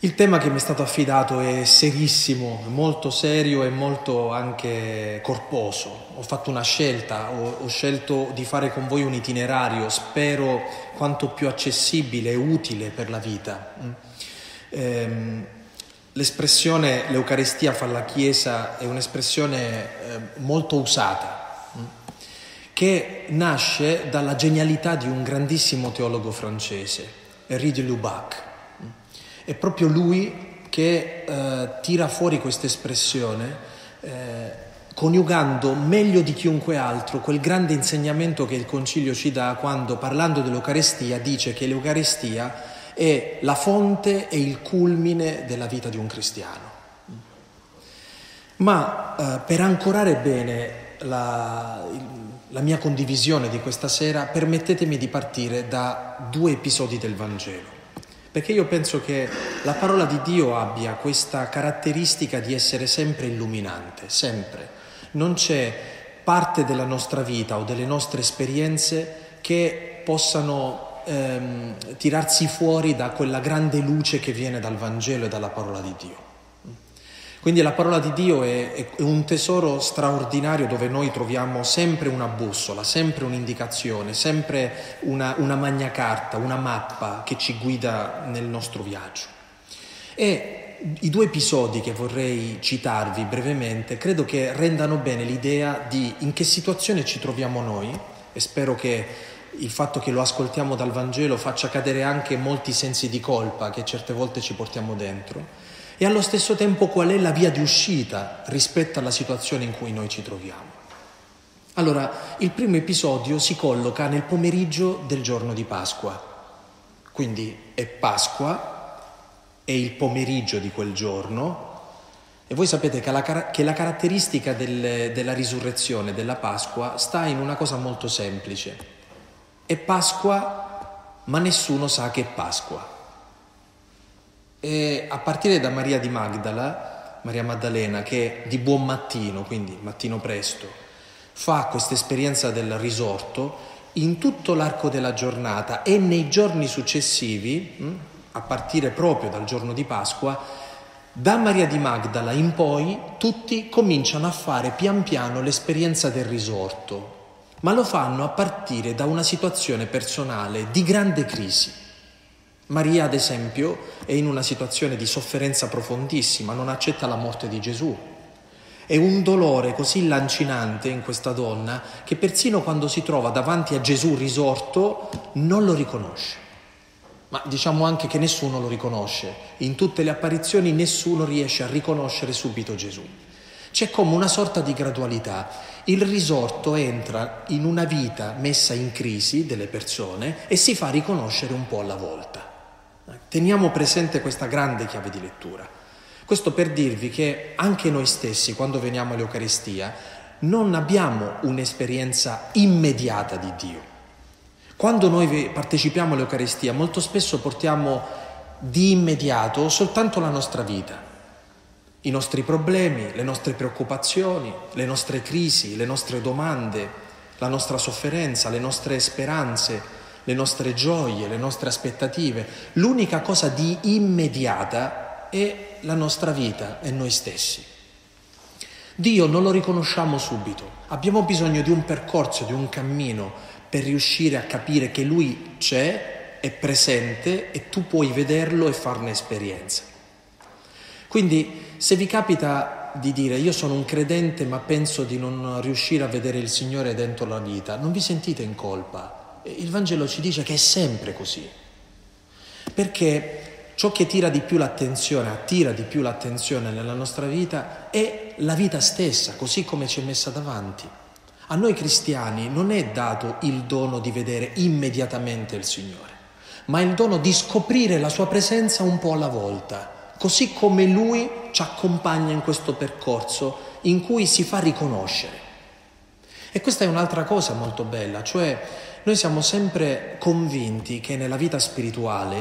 Il tema che mi è stato affidato è serissimo, molto serio e molto anche corposo. Ho fatto una scelta, ho scelto di fare con voi un itinerario, spero quanto più accessibile e utile per la vita. L'espressione l'Eucaristia fa la Chiesa è un'espressione molto usata, che nasce dalla genialità di un grandissimo teologo francese, Henri de Lubac. È proprio lui che tira fuori questa espressione, coniugando meglio di chiunque altro quel grande insegnamento che il Concilio ci dà quando, parlando dell'Eucaristia, dice che l'Eucaristia è la fonte e il culmine della vita di un cristiano. Ma per ancorare bene la mia condivisione di questa sera, permettetemi di partire da 2 episodi del Vangelo. Perché io penso che la parola di Dio abbia questa caratteristica di essere sempre illuminante, sempre. Non c'è parte della nostra vita o delle nostre esperienze che possano tirarsi fuori da quella grande luce che viene dal Vangelo e dalla parola di Dio. Quindi la parola di Dio è un tesoro straordinario dove noi troviamo sempre una bussola, sempre un'indicazione, sempre una magna carta, una mappa che ci guida nel nostro viaggio. E i 2 episodi che vorrei citarvi brevemente credo che rendano bene l'idea di in che situazione ci troviamo noi, e spero che il fatto che lo ascoltiamo dal Vangelo faccia cadere anche molti sensi di colpa che certe volte ci portiamo dentro, e allo stesso tempo qual è la via di uscita rispetto alla situazione in cui noi ci troviamo. Allora, il primo episodio si colloca nel pomeriggio del giorno di Pasqua, quindi è Pasqua, è il pomeriggio di quel giorno, e voi sapete che la caratteristica della risurrezione, della Pasqua, sta in una cosa molto semplice. È Pasqua, ma nessuno sa che è Pasqua. E a partire da Maria Maddalena, che di buon mattino, quindi mattino presto, fa questa esperienza del risorto, in tutto l'arco della giornata e nei giorni successivi, a partire proprio dal giorno di Pasqua, da Maria di Magdala in poi tutti cominciano a fare pian piano l'esperienza del risorto, ma lo fanno a partire da una situazione personale di grande crisi. Maria, ad esempio, è in una situazione di sofferenza profondissima, non accetta la morte di Gesù. È un dolore così lancinante in questa donna che persino quando si trova davanti a Gesù risorto non lo riconosce. Ma diciamo anche che nessuno lo riconosce. In tutte le apparizioni nessuno riesce a riconoscere subito Gesù. C'è come una sorta di gradualità. Il risorto entra in una vita messa in crisi delle persone e si fa riconoscere un po' alla volta. Teniamo presente questa grande chiave di lettura. Questo per dirvi che anche noi stessi, quando veniamo all'Eucaristia, non abbiamo un'esperienza immediata di Dio. Quando noi partecipiamo all'Eucaristia, molto spesso portiamo di immediato soltanto la nostra vita, i nostri problemi, le nostre preoccupazioni, le nostre crisi, le nostre domande, la nostra sofferenza, le nostre speranze, le nostre gioie, le nostre aspettative. L'unica cosa di immediata è la nostra vita e noi stessi. Dio non lo riconosciamo subito, abbiamo bisogno di un percorso, di un cammino per riuscire a capire che Lui c'è, è presente e tu puoi vederlo e farne esperienza. Quindi se vi capita di dire io sono un credente ma penso di non riuscire a vedere il Signore dentro la vita, non vi sentite in colpa. Il Vangelo ci dice che è sempre così, perché ciò che attira di più l'attenzione nella nostra vita è la vita stessa, così come ci è messa davanti. A noi cristiani non è dato il dono di vedere immediatamente il Signore, ma il dono di scoprire la Sua presenza un po' alla volta, così come Lui ci accompagna in questo percorso in cui si fa riconoscere. E questa è un'altra cosa molto bella, cioè noi siamo sempre convinti che nella vita spirituale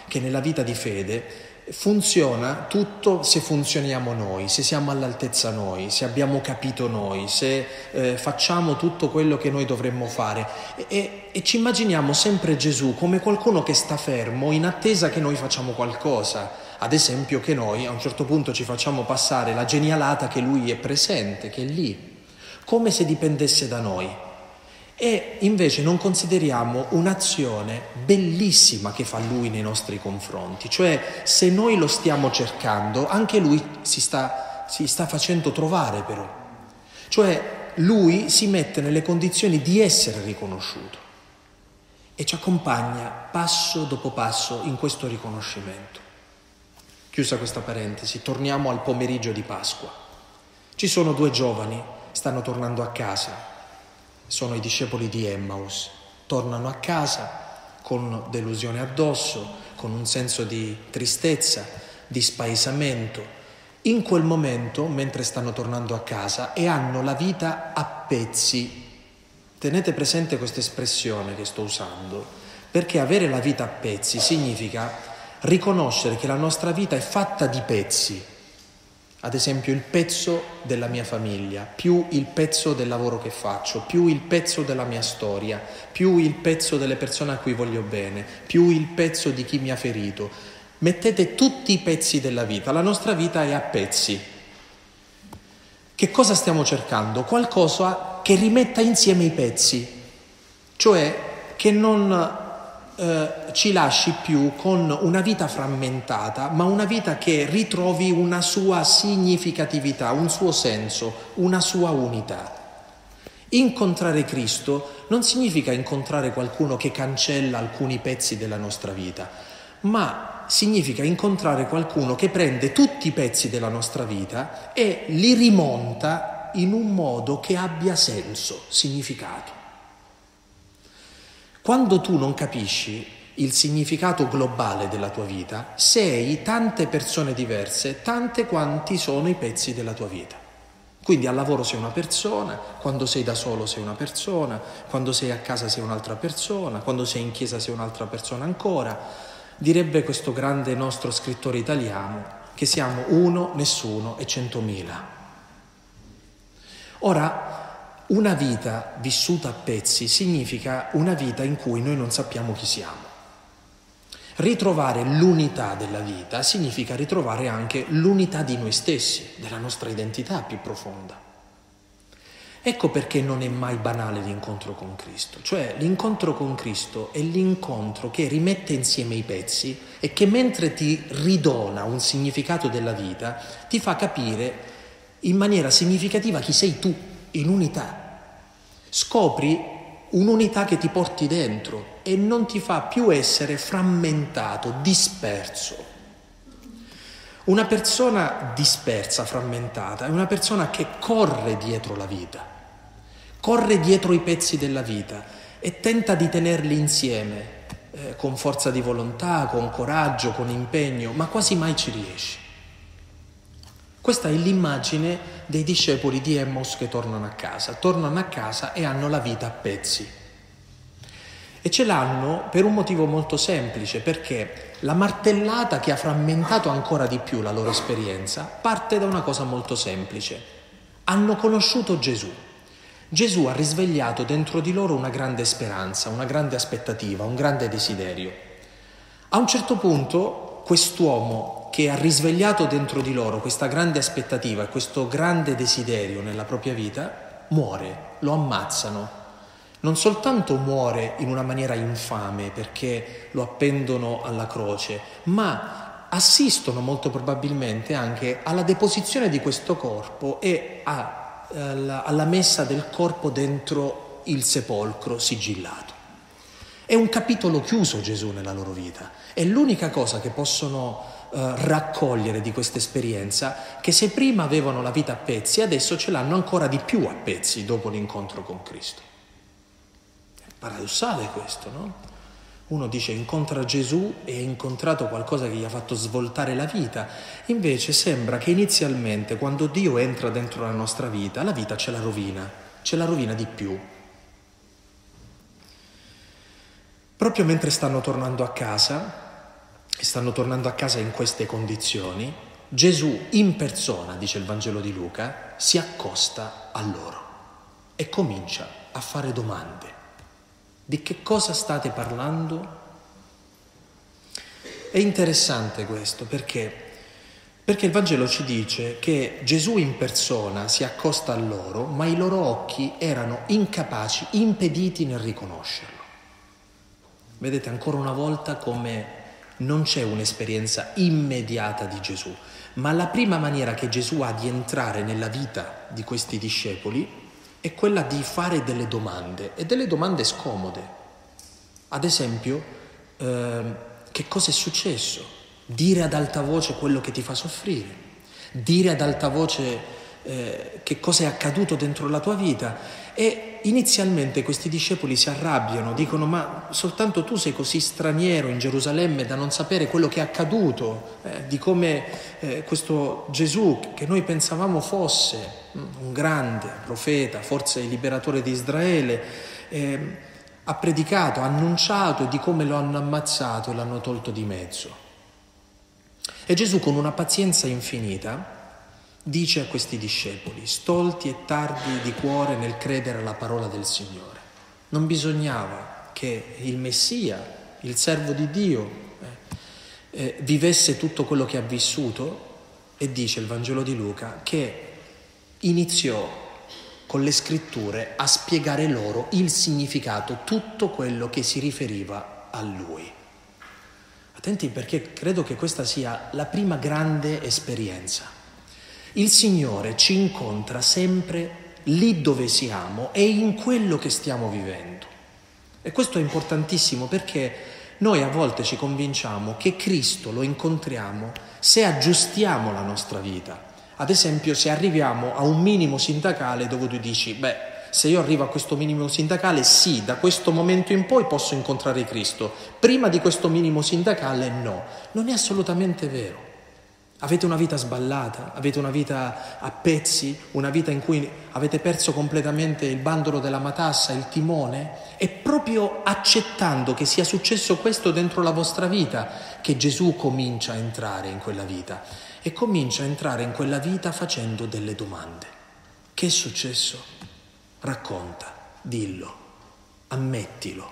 che nella vita di fede funziona tutto se funzioniamo noi, se siamo all'altezza noi, se abbiamo capito noi, se facciamo tutto quello che noi dovremmo fare e ci immaginiamo sempre Gesù come qualcuno che sta fermo in attesa che noi facciamo qualcosa, ad esempio che noi a un certo punto ci facciamo passare la genialata che lui è presente, che è lì, come se dipendesse da noi. E invece non consideriamo un'azione bellissima che fa lui nei nostri confronti, cioè se noi lo stiamo cercando, anche lui si sta facendo trovare però, cioè lui si mette nelle condizioni di essere riconosciuto e ci accompagna passo dopo passo in questo riconoscimento. Chiusa questa parentesi, torniamo al pomeriggio di Pasqua. Ci sono 2 giovani, stanno tornando a casa. Sono i discepoli di Emmaus, tornano a casa con delusione addosso, con un senso di tristezza, di spaesamento. In quel momento, mentre stanno tornando a casa e hanno la vita a pezzi, tenete presente questa espressione che sto usando, perché avere la vita a pezzi significa riconoscere che la nostra vita è fatta di pezzi. Ad esempio il pezzo della mia famiglia, più il pezzo del lavoro che faccio, più il pezzo della mia storia, più il pezzo delle persone a cui voglio bene, più il pezzo di chi mi ha ferito. Mettete tutti i pezzi della vita, la nostra vita è a pezzi. Che cosa stiamo cercando? Qualcosa che rimetta insieme i pezzi, cioè che non ci lasci più con una vita frammentata, ma una vita che ritrovi una sua significatività, un suo senso, una sua unità. Incontrare Cristo non significa incontrare qualcuno che cancella alcuni pezzi della nostra vita, ma significa incontrare qualcuno che prende tutti i pezzi della nostra vita e li rimonta in un modo che abbia senso, significato. Quando tu non capisci il significato globale della tua vita, sei tante persone diverse, tante quanti sono i pezzi della tua vita. Quindi al lavoro sei una persona, quando sei da solo sei una persona, quando sei a casa sei un'altra persona, quando sei in chiesa sei un'altra persona ancora. Direbbe questo grande nostro scrittore italiano che siamo uno, nessuno e 100.000. Ora, una vita vissuta a pezzi significa una vita in cui noi non sappiamo chi siamo. Ritrovare l'unità della vita significa ritrovare anche l'unità di noi stessi, della nostra identità più profonda. Ecco perché non è mai banale l'incontro con Cristo, cioè l'incontro con Cristo è l'incontro che rimette insieme i pezzi e che mentre ti ridona un significato della vita ti fa capire in maniera significativa chi sei tu. In unità. Scopri un'unità che ti porti dentro e non ti fa più essere frammentato, disperso. Una persona dispersa, frammentata, è una persona che corre dietro la vita, corre dietro i pezzi della vita e tenta di tenerli insieme con forza di volontà, con coraggio, con impegno, ma quasi mai ci riesce. Questa è l'immagine dei discepoli di Emmaus che tornano a casa e hanno la vita a pezzi. E ce l'hanno per un motivo molto semplice, perché la martellata che ha frammentato ancora di più la loro esperienza parte da una cosa molto semplice. Hanno conosciuto Gesù. Gesù ha risvegliato dentro di loro una grande speranza, una grande aspettativa, un grande desiderio. A un certo punto quest'uomo che ha risvegliato dentro di loro questa grande aspettativa e questo grande desiderio nella propria vita, muore, lo ammazzano. Non soltanto muore in una maniera infame perché lo appendono alla croce, ma assistono molto probabilmente anche alla deposizione di questo corpo e alla messa del corpo dentro il sepolcro sigillato. È un capitolo chiuso Gesù nella loro vita, è l'unica cosa che possono raccogliere di questa esperienza, che se prima avevano la vita a pezzi, adesso ce l'hanno ancora di più a pezzi dopo l'incontro con Cristo. È paradossale questo, no? Uno dice incontra Gesù e ha incontrato qualcosa che gli ha fatto svoltare la vita, invece sembra che inizialmente quando Dio entra dentro la nostra vita, la vita ce la rovina di più. Proprio mentre stanno tornando a casa, e stanno tornando a casa in queste condizioni, Gesù in persona, dice il Vangelo di Luca, si accosta a loro e comincia a fare domande. Di che cosa state parlando? È interessante questo perché il Vangelo ci dice che Gesù in persona si accosta a loro, ma i loro occhi erano incapaci, impediti nel riconoscerlo. Vedete ancora una volta come non c'è un'esperienza immediata di Gesù, ma la prima maniera che Gesù ha di entrare nella vita di questi discepoli è quella di fare delle domande, e delle domande scomode. Ad esempio, che cosa è successo? Dire ad alta voce quello che ti fa soffrire, dire ad alta voce che cosa è accaduto dentro la tua vita. E inizialmente questi discepoli si arrabbiano, dicono: ma soltanto tu sei così straniero in Gerusalemme da non sapere quello che è accaduto, di come questo Gesù che noi pensavamo fosse un grande profeta, forse il liberatore di Israele, ha predicato, ha annunciato di come lo hanno ammazzato e l'hanno tolto di mezzo. E Gesù, con una pazienza infinita, dice a questi discepoli: stolti e tardi di cuore nel credere alla parola del Signore. Non bisognava che il Messia, il servo di Dio, vivesse tutto quello che ha vissuto, e dice il Vangelo di Luca che iniziò con le scritture a spiegare loro il significato, tutto quello che si riferiva a Lui. Attenti, perché credo che questa sia la prima grande esperienza. Il Signore ci incontra sempre lì dove siamo e in quello che stiamo vivendo. E questo è importantissimo perché noi a volte ci convinciamo che Cristo lo incontriamo se aggiustiamo la nostra vita. Ad esempio, se arriviamo a un minimo sindacale dove tu dici: se io arrivo a questo minimo sindacale, sì, da questo momento in poi posso incontrare Cristo. Prima di questo minimo sindacale no. Non è assolutamente vero. Avete una vita sballata, avete una vita a pezzi, una vita in cui avete perso completamente il bandolo della matassa, il timone. È proprio accettando che sia successo questo dentro la vostra vita che Gesù comincia a entrare in quella vita. E comincia a entrare in quella vita facendo delle domande. Che è successo? Racconta, dillo, ammettilo.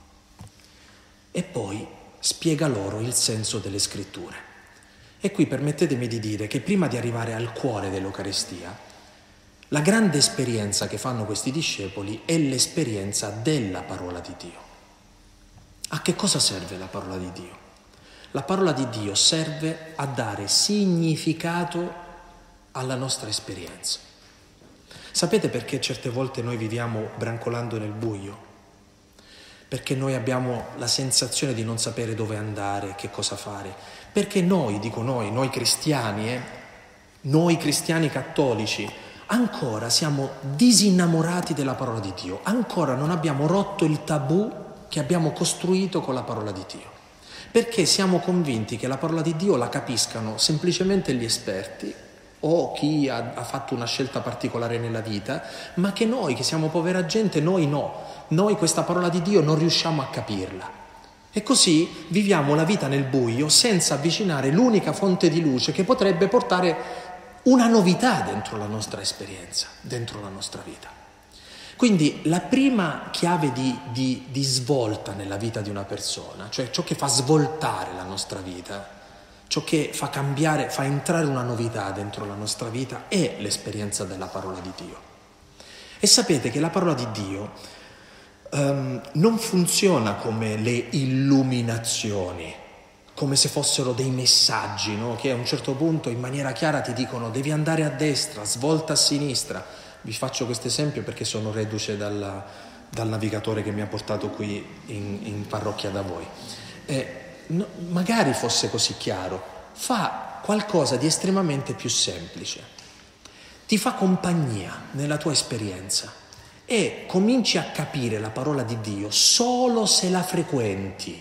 E poi spiega loro il senso delle scritture. E qui permettetemi di dire che prima di arrivare al cuore dell'Eucaristia, la grande esperienza che fanno questi discepoli è l'esperienza della parola di Dio. A che cosa serve la parola di Dio? La parola di Dio serve a dare significato alla nostra esperienza. Sapete perché certe volte noi viviamo brancolando nel buio? Perché noi abbiamo la sensazione di non sapere dove andare, che cosa fare. Perché noi cristiani, noi cristiani cattolici, ancora siamo disinnamorati della parola di Dio. Ancora non abbiamo rotto il tabù che abbiamo costruito con la parola di Dio. Perché siamo convinti che la parola di Dio la capiscano semplicemente gli esperti o chi ha fatto una scelta particolare nella vita, ma che noi, che siamo povera gente, noi no. Noi questa parola di Dio non riusciamo a capirla. E così viviamo la vita nel buio senza avvicinare l'unica fonte di luce che potrebbe portare una novità dentro la nostra esperienza, dentro la nostra vita. Quindi la prima chiave di svolta nella vita di una persona, cioè ciò che fa svoltare la nostra vita, ciò che fa cambiare, fa entrare una novità dentro la nostra vita, è l'esperienza della parola di Dio. E sapete che la parola di Dio non funziona come le illuminazioni, come se fossero dei messaggi, no? Che a un certo punto in maniera chiara ti dicono: devi andare a destra, svolta a sinistra. Vi faccio questo esempio perché sono reduce dal navigatore che mi ha portato qui in parrocchia da voi. Magari fosse così chiaro, fa qualcosa di estremamente più semplice. Ti fa compagnia nella tua esperienza e cominci a capire la parola di Dio solo se la frequenti.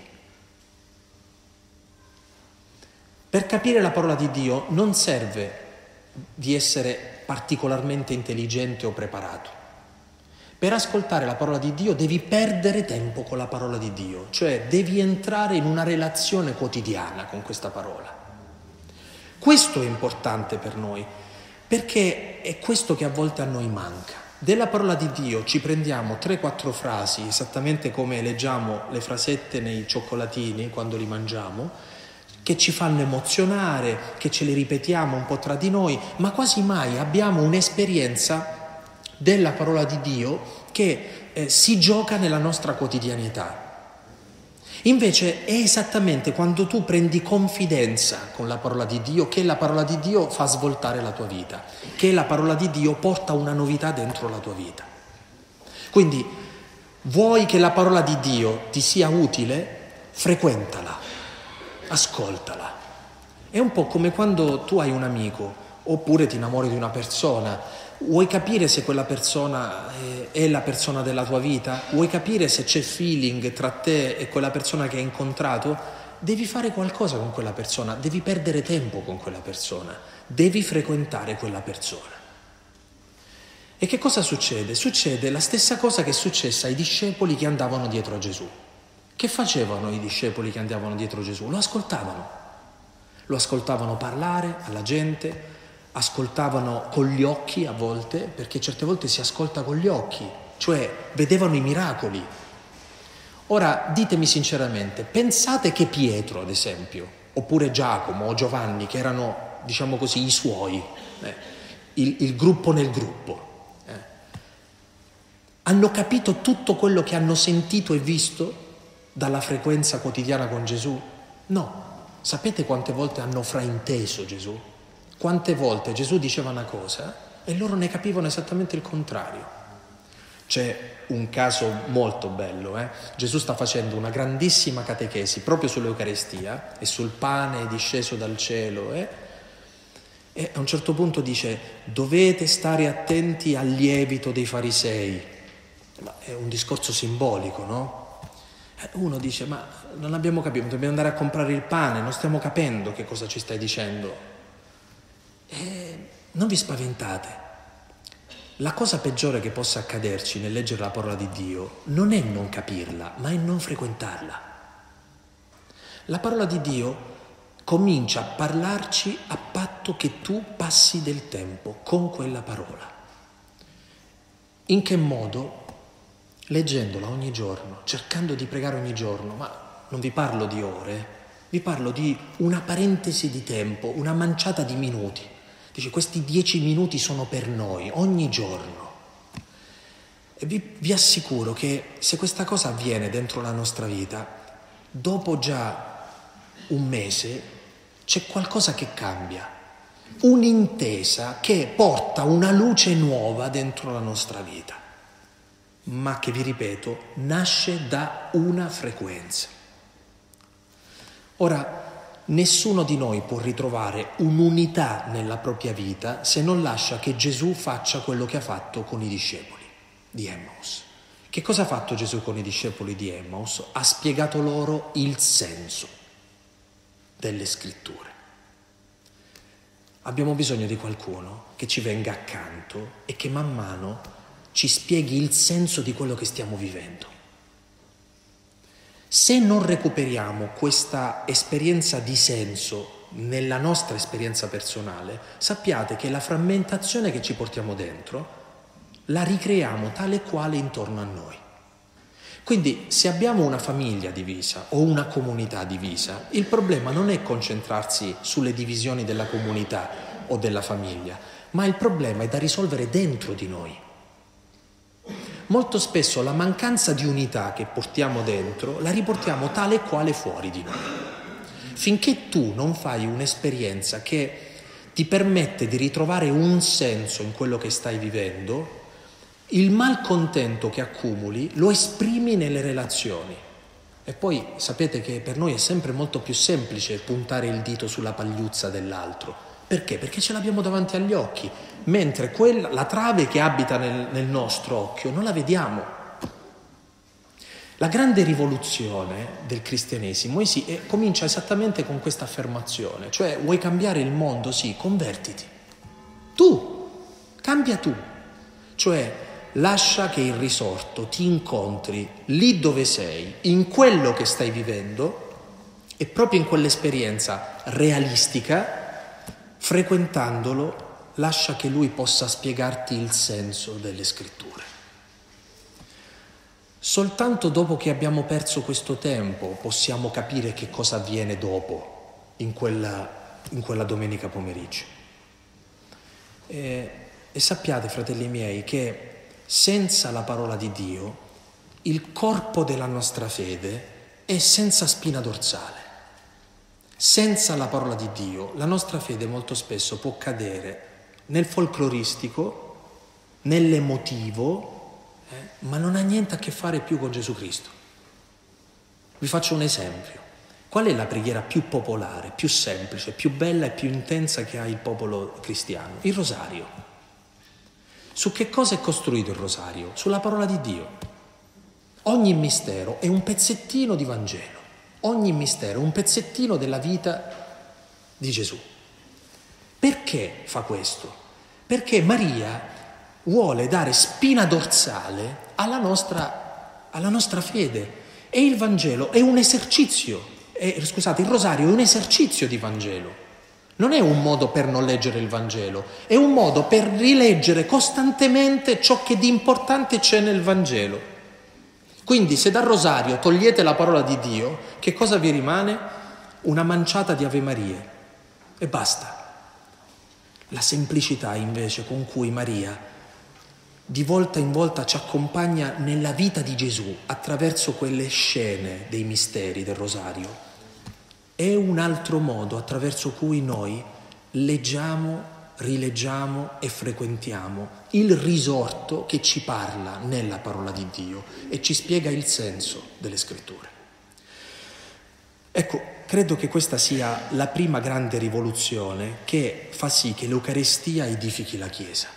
Per capire la parola di Dio non serve di essere particolarmente intelligente o preparato. Per ascoltare la parola di Dio devi perdere tempo con la parola di Dio, cioè devi entrare in una relazione quotidiana con questa parola. Questo è importante per noi, perché è questo che a volte a noi manca. Della parola di Dio ci prendiamo 3-4 frasi, esattamente come leggiamo le frasette nei cioccolatini quando li mangiamo, che ci fanno emozionare, che ce le ripetiamo un po' tra di noi, ma quasi mai abbiamo un'esperienza della parola di Dio che si gioca nella nostra quotidianità. Invece è esattamente quando tu prendi confidenza con la parola di Dio che la parola di Dio fa svoltare la tua vita, che la parola di Dio porta una novità dentro la tua vita. Quindi vuoi che la parola di Dio ti sia utile? Frequentala, ascoltala. È un po' come quando tu hai un amico oppure ti innamori di una persona. Vuoi capire se quella persona è la persona della tua vita? Vuoi capire se c'è feeling tra te e quella persona che hai incontrato? Devi fare qualcosa con quella persona, devi perdere tempo con quella persona, devi frequentare quella persona. E che cosa succede? Succede la stessa cosa che è successa ai discepoli che andavano dietro a Gesù. Che facevano i discepoli che andavano dietro Gesù? Lo ascoltavano parlare alla gente, ascoltavano con gli occhi a volte, perché certe volte si ascolta con gli occhi, cioè vedevano i miracoli. Ora ditemi sinceramente, pensate che Pietro ad esempio, oppure Giacomo o Giovanni, che erano diciamo così i suoi, il gruppo nel gruppo, hanno capito tutto quello che hanno sentito e visto dalla frequenza quotidiana con Gesù? No. Sapete quante volte hanno frainteso Gesù? Quante volte Gesù diceva una cosa e loro ne capivano esattamente il contrario. C'è un caso molto bello, Gesù sta facendo una grandissima catechesi proprio sull'Eucaristia e sul pane disceso dal cielo, e a un certo punto dice: dovete stare attenti al lievito dei farisei. Ma è un discorso simbolico, no? Uno dice: ma non abbiamo capito, dobbiamo andare a comprare il pane, non stiamo capendo che cosa ci stai dicendo. Non vi spaventate. La cosa peggiore che possa accaderci nel leggere la parola di Dio non è non capirla, ma è non frequentarla. La parola di Dio comincia a parlarci a patto che tu passi del tempo con quella parola. In che modo? Leggendola ogni giorno, cercando di pregare ogni giorno, ma non vi parlo di ore, vi parlo di una parentesi di tempo, una manciata di minuti. Dice: questi 10 minuti sono per noi, ogni giorno. E vi assicuro che se questa cosa avviene dentro la nostra vita, dopo già un mese c'è qualcosa che cambia, un'intesa che porta una luce nuova dentro la nostra vita, ma che, vi ripeto, nasce da una frequenza. Ora, nessuno di noi può ritrovare un'unità nella propria vita se non lascia che Gesù faccia quello che ha fatto con i discepoli di Emmaus. Che cosa ha fatto Gesù con i discepoli di Emmaus? Ha spiegato loro il senso delle scritture. Abbiamo bisogno di qualcuno che ci venga accanto e che man mano ci spieghi il senso di quello che stiamo vivendo. Se non recuperiamo questa esperienza di senso nella nostra esperienza personale, sappiate che la frammentazione che ci portiamo dentro la ricreiamo tale e quale intorno a noi. Quindi se abbiamo una famiglia divisa o una comunità divisa, il problema non è concentrarsi sulle divisioni della comunità o della famiglia, ma il problema è da risolvere dentro di noi. Molto spesso la mancanza di unità che portiamo dentro la riportiamo tale e quale fuori di noi. Finché tu non fai un'esperienza che ti permette di ritrovare un senso in quello che stai vivendo, il malcontento che accumuli lo esprimi nelle relazioni. E poi sapete che per noi è sempre molto più semplice puntare il dito sulla pagliuzza dell'altro. Perché? Perché ce l'abbiamo davanti agli occhi, mentre la trave che abita nel nostro occhio non la vediamo. La grande rivoluzione del cristianesimo comincia esattamente con questa affermazione, cioè: vuoi cambiare il mondo? Sì, convertiti. Tu, cambia tu. Cioè, lascia che il risorto ti incontri lì dove sei, in quello che stai vivendo, e proprio in quell'esperienza realistica, frequentandolo, lascia che lui possa spiegarti il senso delle scritture. Soltanto dopo che abbiamo perso questo tempo possiamo capire che cosa avviene dopo, in quella domenica pomeriggio. E sappiate, fratelli miei, che senza la parola di Dio il corpo della nostra fede è senza spina dorsale. Senza la parola di Dio la nostra fede molto spesso può cadere nel folcloristico, nell'emotivo, ma non ha niente a che fare più con Gesù Cristo. Vi faccio un esempio. Qual è la preghiera più popolare, più semplice, più bella e più intensa che ha il popolo cristiano? Il rosario. Su che cosa è costruito il rosario? Sulla parola di Dio. Ogni mistero è un pezzettino di Vangelo. Ogni mistero è un pezzettino della vita di Gesù. Perché fa questo? Perché Maria vuole dare spina dorsale alla nostra fede. E il Vangelo è un esercizio, il rosario è un esercizio di Vangelo. Non è un modo per non leggere il Vangelo, è un modo per rileggere costantemente ciò che di importante c'è nel Vangelo. Quindi se dal rosario togliete la parola di Dio, che cosa vi rimane? Una manciata di Ave Marie. E basta. La semplicità invece con cui Maria di volta in volta ci accompagna nella vita di Gesù attraverso quelle scene dei misteri del rosario è un altro modo attraverso cui noi leggiamo, rileggiamo e frequentiamo il risorto che ci parla nella parola di Dio e ci spiega il senso delle scritture. Ecco, credo che questa sia la prima grande rivoluzione che fa sì che l'Eucaristia edifichi la Chiesa.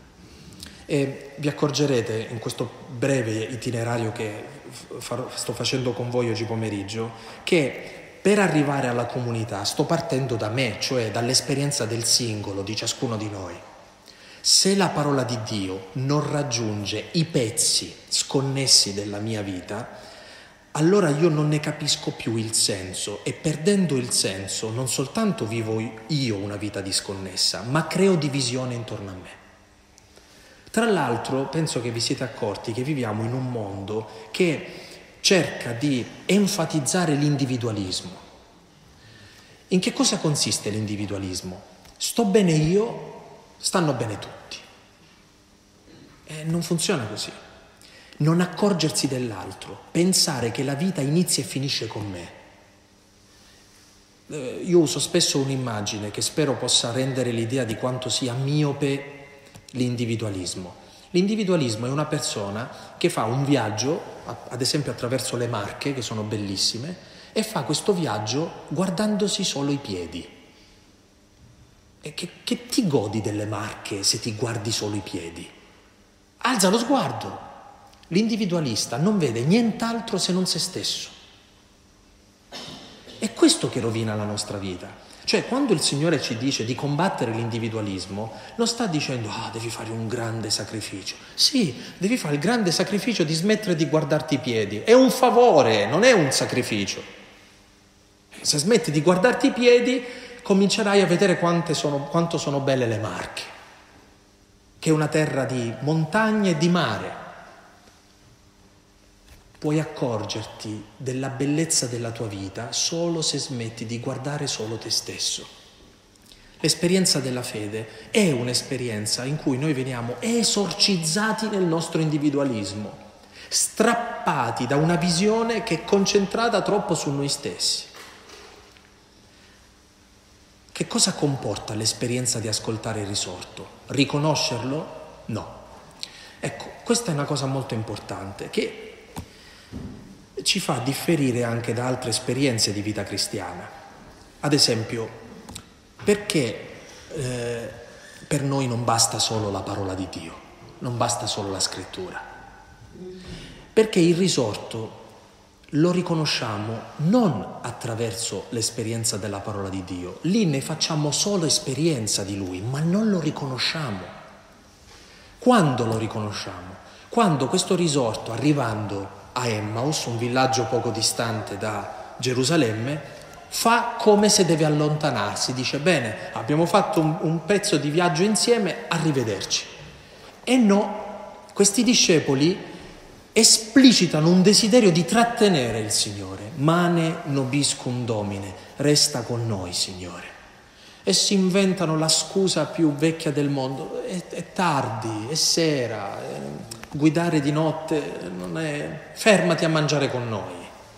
E vi accorgerete in questo breve itinerario che sto facendo con voi oggi pomeriggio che per arrivare alla comunità sto partendo da me, cioè dall'esperienza del singolo, di ciascuno di noi. Se la parola di Dio non raggiunge i pezzi sconnessi della mia vita, allora io non ne capisco più il senso e perdendo il senso non soltanto vivo io una vita disconnessa, ma creo divisione intorno a me. Tra l'altro penso che vi siete accorti che viviamo in un mondo che cerca di enfatizzare l'individualismo. In che cosa consiste l'individualismo? Sto bene io, stanno bene tutti. Non funziona così. Non accorgersi dell'altro, pensare che la vita inizia e finisce con me. Io uso spesso un'immagine che spero possa rendere l'idea di quanto sia miope l'individualismo. L'individualismo è una persona che fa un viaggio, ad esempio attraverso le Marche, che sono bellissime, e fa questo viaggio guardandosi solo i piedi. E che ti godi delle Marche se ti guardi solo i piedi? Alza lo sguardo. L'individualista non vede nient'altro se non se stesso. È questo che rovina la nostra vita. Cioè, quando il Signore ci dice di combattere l'individualismo, non sta dicendo, devi fare un grande sacrificio. Sì, devi fare il grande sacrificio di smettere di guardarti i piedi. È un favore, non è un sacrificio. Se smetti di guardarti i piedi, comincerai a vedere quanto sono belle le Marche, che è una terra di montagne e di mare. Puoi accorgerti della bellezza della tua vita solo se smetti di guardare solo te stesso. L'esperienza della fede è un'esperienza in cui noi veniamo esorcizzati nel nostro individualismo, strappati da una visione che è concentrata troppo su noi stessi. Che cosa comporta l'esperienza di ascoltare il risorto? Riconoscerlo? No. Ecco, questa è una cosa molto importante che ci fa differire anche da altre esperienze di vita cristiana. Ad esempio, perché per noi non basta solo la parola di Dio, non basta solo la scrittura? Perché il risorto lo riconosciamo non attraverso l'esperienza della parola di Dio, lì ne facciamo solo esperienza di Lui, ma non lo riconosciamo. Quando lo riconosciamo? quando questo risorto, arrivando a Emmaus, un villaggio poco distante da Gerusalemme, fa come se deve allontanarsi, dice: bene, abbiamo fatto un pezzo di viaggio insieme, arrivederci. E no, questi discepoli esplicitano un desiderio di trattenere il Signore. Mane nobiscum Domine, resta con noi, Signore. E si inventano la scusa più vecchia del mondo: è tardi, è sera, guidare di notte non è... fermati a mangiare con noi.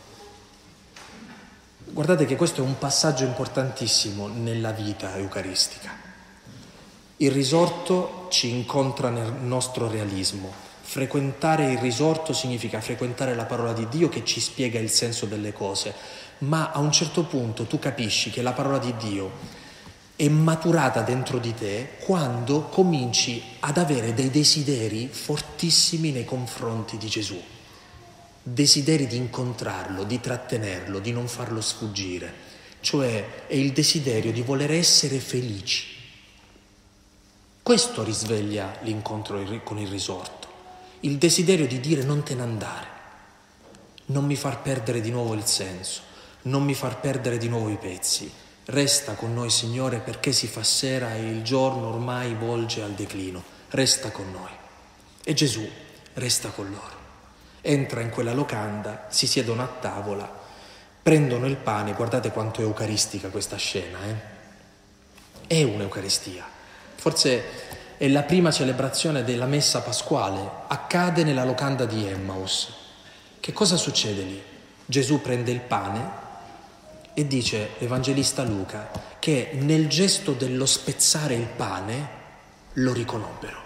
Guardate che questo è un passaggio importantissimo nella vita eucaristica. Il risorto ci incontra nel nostro realismo. Frequentare il risorto significa frequentare la parola di Dio che ci spiega il senso delle cose, ma a un certo punto tu capisci che la parola di Dio è maturata dentro di te quando cominci ad avere dei desideri fortissimi nei confronti di Gesù, desideri di incontrarlo, di trattenerlo, di non farlo sfuggire, cioè è il desiderio di voler essere felici. Questo risveglia l'incontro con il risorto. Il desiderio di dire: non te ne andare, non mi far perdere di nuovo il senso, non mi far perdere di nuovo i pezzi, resta con noi, Signore, perché si fa sera e il giorno ormai volge al declino, resta con noi. E Gesù resta con loro, entra in quella locanda, si siedono a tavola, prendono il pane. Guardate quanto è eucaristica questa scena, È un'eucaristia, forse è la prima celebrazione della messa pasquale, accade nella locanda di Emmaus. Che cosa succede lì? Gesù prende il pane e dice l'Evangelista Luca che nel gesto dello spezzare il pane lo riconobbero.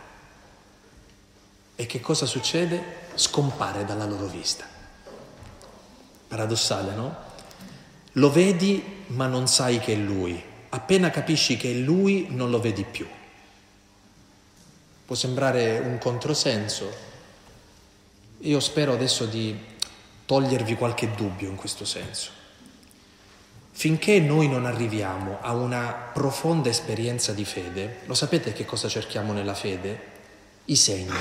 E che cosa succede? Scompare dalla loro vista. Paradossale, no? Lo vedi ma non sai che è Lui. Appena capisci che è Lui non lo vedi più. Può sembrare un controsenso. Io spero adesso di togliervi qualche dubbio in questo senso. Finché noi non arriviamo a una profonda esperienza di fede, lo sapete che cosa cerchiamo nella fede? I segni.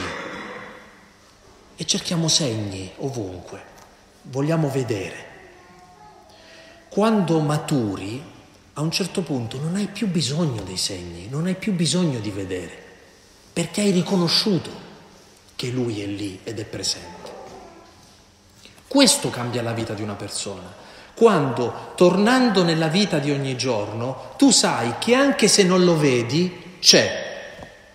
E cerchiamo segni ovunque. Vogliamo vedere. Quando maturi, a un certo punto non hai più bisogno dei segni, non hai più bisogno di vedere, perché hai riconosciuto che Lui è lì ed è presente. Questo cambia la vita di una persona. Quando, tornando nella vita di ogni giorno, tu sai che anche se non lo vedi, c'è.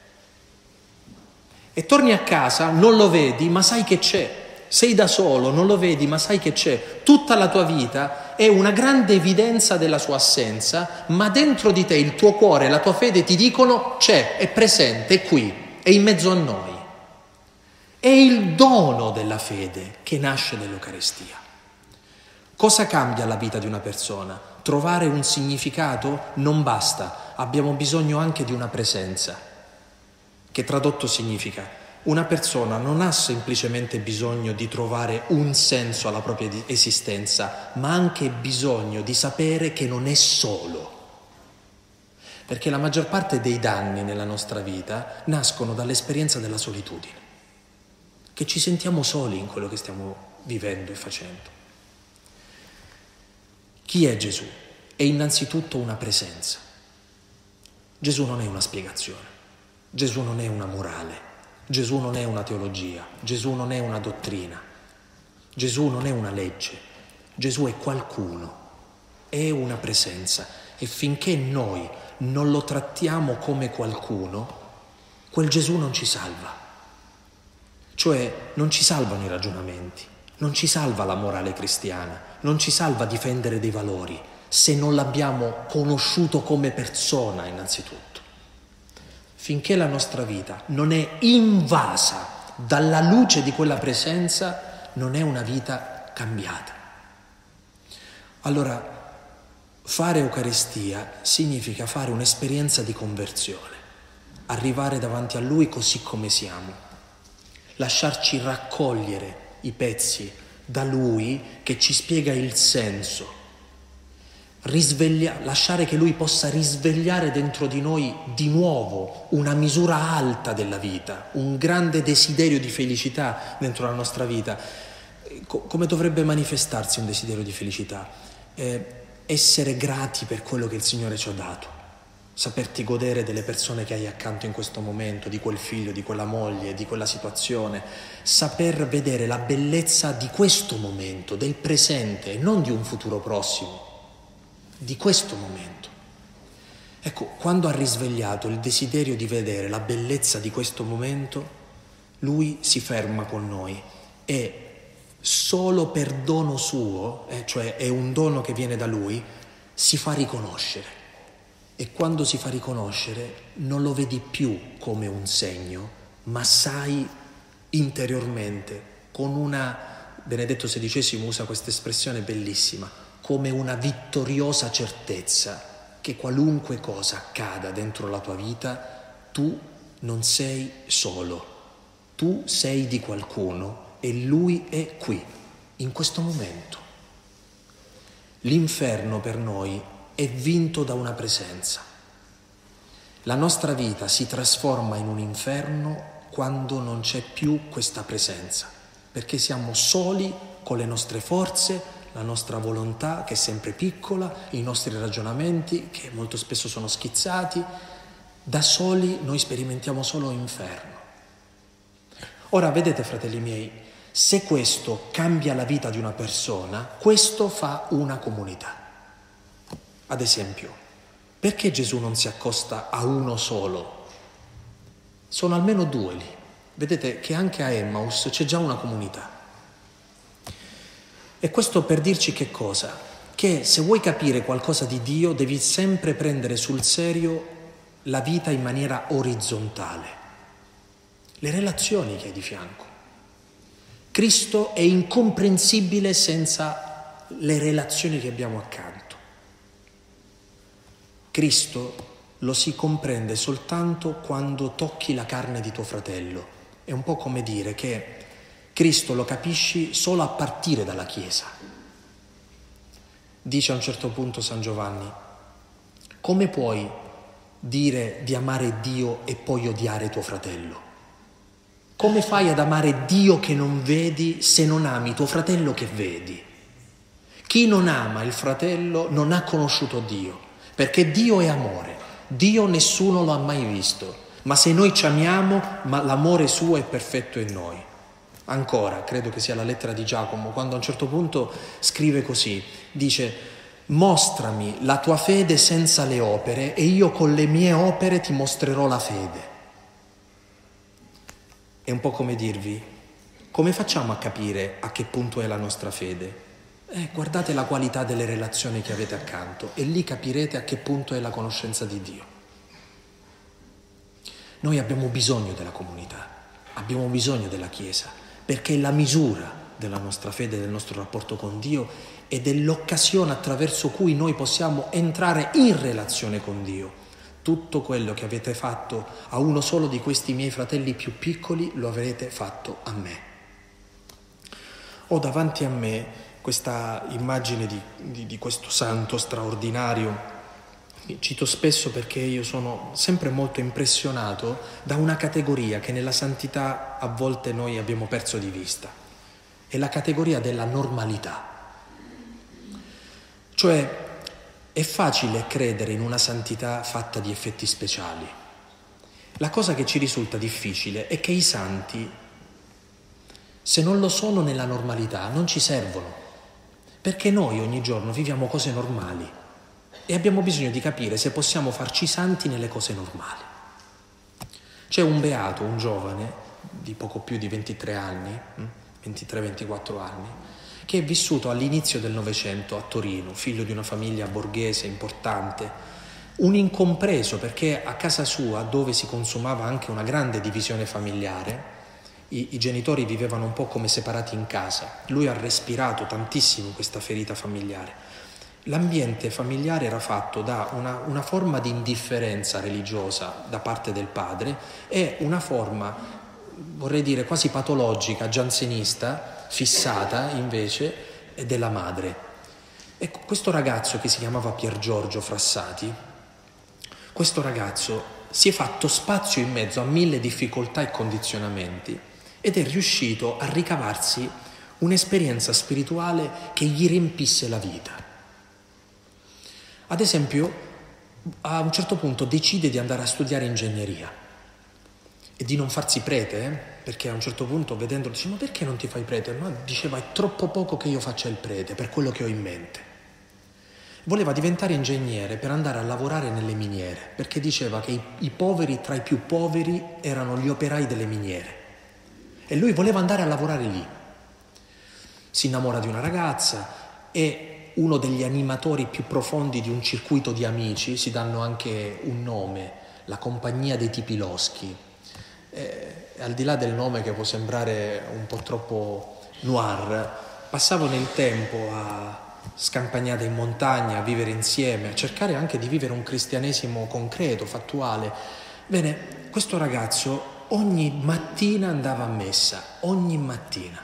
E torni a casa, non lo vedi, ma sai che c'è. Sei da solo, non lo vedi, ma sai che c'è. Tutta la tua vita è una grande evidenza della sua assenza, ma dentro di te il tuo cuore e la tua fede ti dicono: c'è, è presente, è qui, è in mezzo a noi. È il dono della fede che nasce dall'Eucaristia. Cosa cambia la vita di una persona? Trovare un significato non basta, abbiamo bisogno anche di una presenza, che tradotto significa: una persona non ha semplicemente bisogno di trovare un senso alla propria esistenza, ma anche bisogno di sapere che non è solo. Perché la maggior parte dei danni nella nostra vita nascono dall'esperienza della solitudine, che ci sentiamo soli in quello che stiamo vivendo e facendo. Chi è Gesù? È innanzitutto una presenza. Gesù non è una spiegazione, Gesù non è una morale, Gesù non è una teologia, Gesù non è una dottrina, Gesù non è una legge, Gesù è qualcuno, è una presenza, e finché noi non lo trattiamo come qualcuno, quel Gesù non ci salva. Cioè non ci salvano i ragionamenti, non ci salva la morale cristiana, non ci salva difendere dei valori, se non l'abbiamo conosciuto come persona innanzitutto. Finché la nostra vita non è invasa dalla luce di quella presenza, non è una vita cambiata. Allora, fare Eucaristia significa fare un'esperienza di conversione, arrivare davanti a Lui così come siamo, lasciarci raccogliere i pezzi da Lui che ci spiega il senso, lasciare che Lui possa risvegliare dentro di noi di nuovo una misura alta della vita, un grande desiderio di felicità dentro la nostra vita. Come dovrebbe manifestarsi un desiderio di felicità? Essere grati per quello che il Signore ci ha dato, saperti godere delle persone che hai accanto in questo momento, di quel figlio, di quella moglie, di quella situazione, saper vedere la bellezza di questo momento, del presente e non di un futuro prossimo, di questo momento. Ecco, quando ha risvegliato il desiderio di vedere la bellezza di questo momento, Lui si ferma con noi e solo per dono suo, cioè è un dono che viene da Lui, si fa riconoscere. E quando si fa riconoscere non lo vedi più come un segno, ma sai interiormente, con una, Benedetto XVI usa questa espressione bellissima, come una vittoriosa certezza che qualunque cosa accada dentro la tua vita, tu non sei solo, tu sei di qualcuno e Lui è qui, in questo momento. L'inferno per noi è vinto da una presenza. La nostra vita si trasforma in un inferno quando non c'è più questa presenza, perché siamo soli con le nostre forze, la nostra volontà che è sempre piccola, i nostri ragionamenti che molto spesso sono schizzati. Da soli noi sperimentiamo solo inferno. Ora vedete, fratelli miei, se questo cambia la vita di una persona, questo fa una comunità. Ad esempio, perché Gesù non si accosta a uno solo? Sono almeno due lì. Vedete che anche a Emmaus c'è già una comunità. E questo per dirci che cosa? Che se vuoi capire qualcosa di Dio devi sempre prendere sul serio la vita in maniera orizzontale, le relazioni che hai di fianco. Cristo è incomprensibile senza le relazioni che abbiamo accanto. Cristo lo si comprende soltanto quando tocchi la carne di tuo fratello. È un po' come dire che Cristo lo capisci solo a partire dalla Chiesa. Dice a un certo punto San Giovanni: come puoi dire di amare Dio e poi odiare tuo fratello? Come fai ad amare Dio che non vedi se non ami tuo fratello che vedi? Chi non ama il fratello non ha conosciuto Dio, perché Dio è amore. Dio nessuno lo ha mai visto, ma se noi ci amiamo, l'amore suo è perfetto in noi. Ancora, credo che sia la lettera di Giacomo, quando a un certo punto scrive così, dice: mostrami la tua fede senza le opere e io con le mie opere ti mostrerò la fede. È un po' come dirvi: come facciamo a capire a che punto è la nostra fede? Guardate la qualità delle relazioni che avete accanto e lì capirete a che punto è la conoscenza di Dio. Noi abbiamo bisogno della comunità, abbiamo bisogno della Chiesa, perché è la misura della nostra fede, del nostro rapporto con Dio e dell'occasione attraverso cui noi possiamo entrare in relazione con Dio. Tutto quello che avete fatto a uno solo di questi miei fratelli più piccoli lo avrete fatto a me. Ho davanti a me questa immagine di questo santo straordinario. Cito spesso perché io sono sempre molto impressionato da una categoria che nella santità a volte noi abbiamo perso di vista. È la categoria della normalità. Cioè, è facile credere in una santità fatta di effetti speciali. La cosa che ci risulta difficile è che i santi, se non lo sono nella normalità, non ci servono. Perché noi ogni giorno viviamo cose normali e abbiamo bisogno di capire se possiamo farci santi nelle cose normali. C'è un beato, un giovane di poco più di 23 anni, 23-24 anni, che è vissuto all'inizio del Novecento a Torino, figlio di una famiglia borghese importante, un incompreso perché a casa sua, dove si consumava anche una grande divisione familiare, i genitori vivevano un po' come separati in casa. Lui ha respirato tantissimo questa ferita familiare. L'ambiente familiare era fatto da una forma di indifferenza religiosa da parte del padre e una forma, vorrei dire, quasi patologica, giansenista, fissata invece, della madre. Ecco, questo ragazzo che si chiamava Pier Giorgio Frassati, questo ragazzo si è fatto spazio in mezzo a 1000 difficoltà e condizionamenti ed è riuscito a ricavarsi un'esperienza spirituale che gli riempisse la vita. Ad esempio, a un certo punto decide di andare a studiare ingegneria e di non farsi prete, perché a un certo punto vedendolo dice: ma perché non ti fai prete? Ma diceva: è troppo poco che io faccia il prete per quello che ho in mente. Voleva diventare ingegnere per andare a lavorare nelle miniere, perché diceva che i poveri tra i più poveri erano gli operai delle miniere e lui voleva andare a lavorare lì. Si innamora di una ragazza, è uno degli animatori più profondi di un circuito di amici, si danno anche un nome, la compagnia dei tipi loschi. Al di là del nome che può sembrare un po' troppo noir, passavano il tempo a scampagnate in montagna, a vivere insieme, a cercare anche di vivere un cristianesimo concreto, fattuale. Bene, questo ragazzo ogni mattina andava a messa, ogni mattina.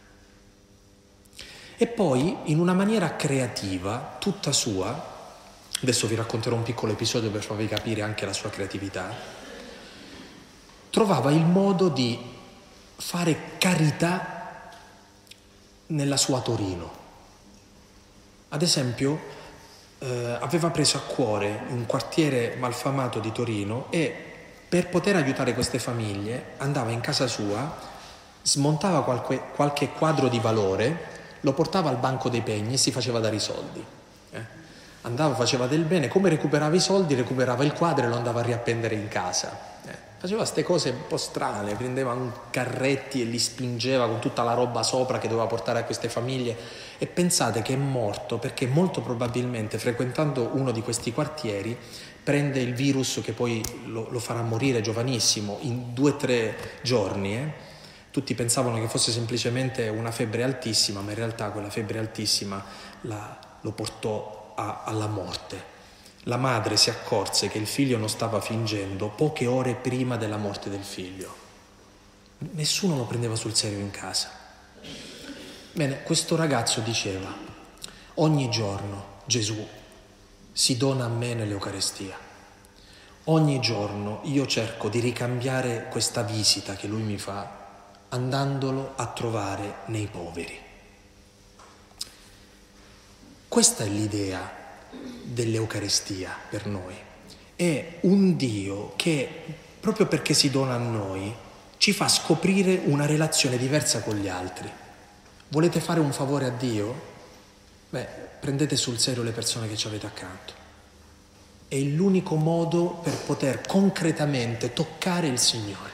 E poi, in una maniera creativa, tutta sua, adesso vi racconterò un piccolo episodio per farvi capire anche la sua creatività, trovava il modo di fare carità nella sua Torino. Ad esempio, aveva preso a cuore un quartiere malfamato di Torino e per poter aiutare queste famiglie andava in casa sua, smontava qualche quadro di valore, lo portava al banco dei pegni e si faceva dare i soldi. Andava, faceva del bene, come recuperava i soldi, recuperava il quadro e lo andava a riappendere in casa. Faceva queste cose un po' strane, prendeva un carretti e li spingeva con tutta la roba sopra che doveva portare a queste famiglie, e pensate che è morto perché molto probabilmente frequentando uno di questi quartieri prende il virus che poi lo farà morire giovanissimo in 2 o 3 giorni. Tutti pensavano che fosse semplicemente una febbre altissima, ma in realtà quella febbre altissima lo portò alla morte. La madre si accorse che il figlio non stava fingendo poche ore prima della morte del figlio. Nessuno lo prendeva sul serio in casa. Bene, questo ragazzo diceva: ogni giorno Gesù si dona a me nell'Eucarestia. Ogni giorno io cerco di ricambiare questa visita che lui mi fa andandolo a trovare nei poveri. Questa è l'idea dell'Eucarestia per noi. È un Dio che, proprio perché si dona a noi, ci fa scoprire una relazione diversa con gli altri. Volete fare un favore a Dio? Prendete sul serio le persone che ci avete accanto. È l'unico modo per poter concretamente toccare il Signore.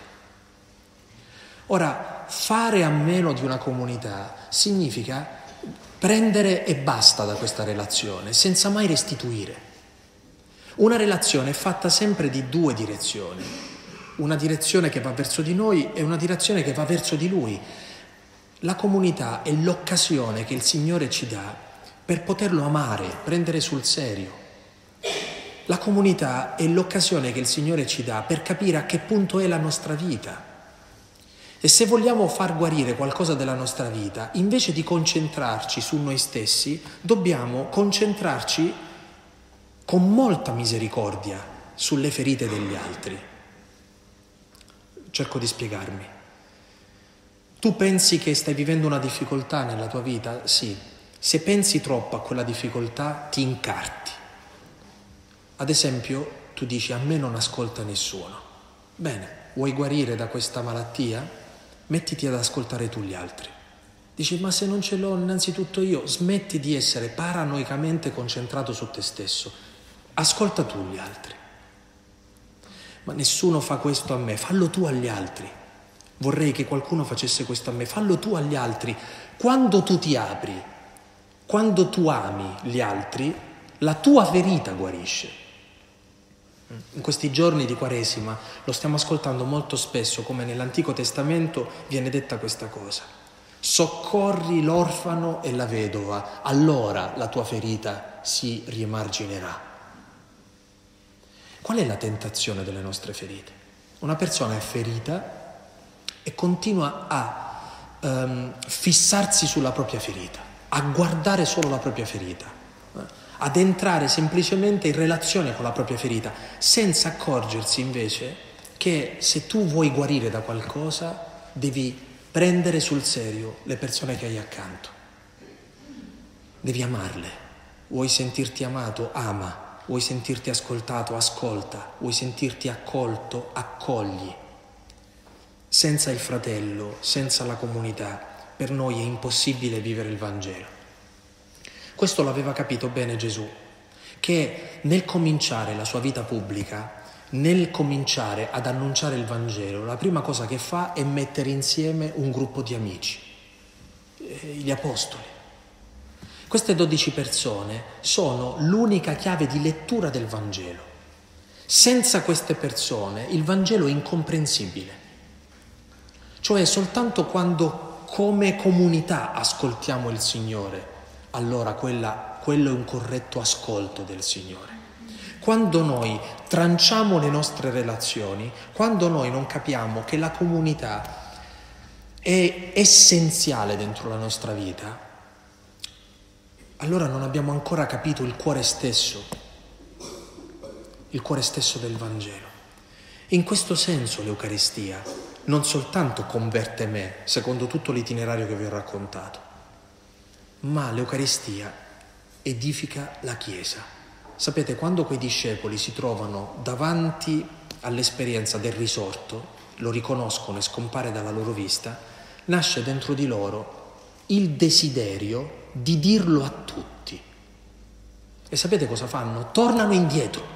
Ora, fare a meno di una comunità significa prendere e basta da questa relazione, senza mai restituire. Una relazione è fatta sempre di 2 direzioni, una direzione che va verso di noi e una direzione che va verso di Lui. La comunità è l'occasione che il Signore ci dà per poterlo amare, prendere sul serio. La comunità è l'occasione che il Signore ci dà per capire a che punto è la nostra vita. E se vogliamo far guarire qualcosa della nostra vita, invece di concentrarci su noi stessi, dobbiamo concentrarci con molta misericordia sulle ferite degli altri. Cerco di spiegarmi. Tu pensi che stai vivendo una difficoltà nella tua vita? Sì. Se pensi troppo a quella difficoltà, ti incarti. Ad esempio, tu dici: a me non ascolta nessuno. Bene, vuoi guarire da questa malattia? Mettiti ad ascoltare tu gli altri. Dici: ma se non ce l'ho innanzitutto io, smetti di essere paranoicamente concentrato su te stesso. Ascolta tu gli altri. Ma nessuno fa questo a me, fallo tu agli altri. Vorrei che qualcuno facesse questo a me, fallo tu agli altri. Quando tu ti apri, quando tu ami gli altri, la tua ferita guarisce. In questi giorni di Quaresima lo stiamo ascoltando molto spesso, come nell'Antico Testamento viene detta questa cosa: soccorri l'orfano e la vedova, allora la tua ferita si riemarginerà. Qual è la tentazione delle nostre ferite? Una persona è ferita e continua a fissarsi sulla propria ferita, a guardare solo la propria ferita. ad entrare semplicemente in relazione con la propria ferita, senza accorgersi invece che se tu vuoi guarire da qualcosa devi prendere sul serio le persone che hai accanto. Devi amarle. Vuoi sentirti amato? Ama. Vuoi sentirti ascoltato? Ascolta. Vuoi sentirti accolto? Accogli. Senza il fratello, senza la comunità, per noi è impossibile vivere il Vangelo. Questo l'aveva capito bene Gesù, che nel cominciare la sua vita pubblica, nel cominciare ad annunciare il Vangelo, la prima cosa che fa è mettere insieme un gruppo di amici, gli apostoli. Queste 12 persone sono l'unica chiave di lettura del Vangelo. Senza queste persone il Vangelo è incomprensibile. Cioè soltanto quando come comunità ascoltiamo il Signore, allora quello è un corretto ascolto del Signore. Quando noi tranciamo le nostre relazioni, quando noi non capiamo che la comunità è essenziale dentro la nostra vita, allora non abbiamo ancora capito il cuore stesso del Vangelo. In questo senso l'Eucaristia non soltanto converte me, secondo tutto l'itinerario che vi ho raccontato, ma l'Eucaristia edifica la Chiesa. Sapete, quando quei discepoli si trovano davanti all'esperienza del risorto, lo riconoscono e scompare dalla loro vista, nasce dentro di loro il desiderio di dirlo a tutti. E sapete cosa fanno? Tornano indietro,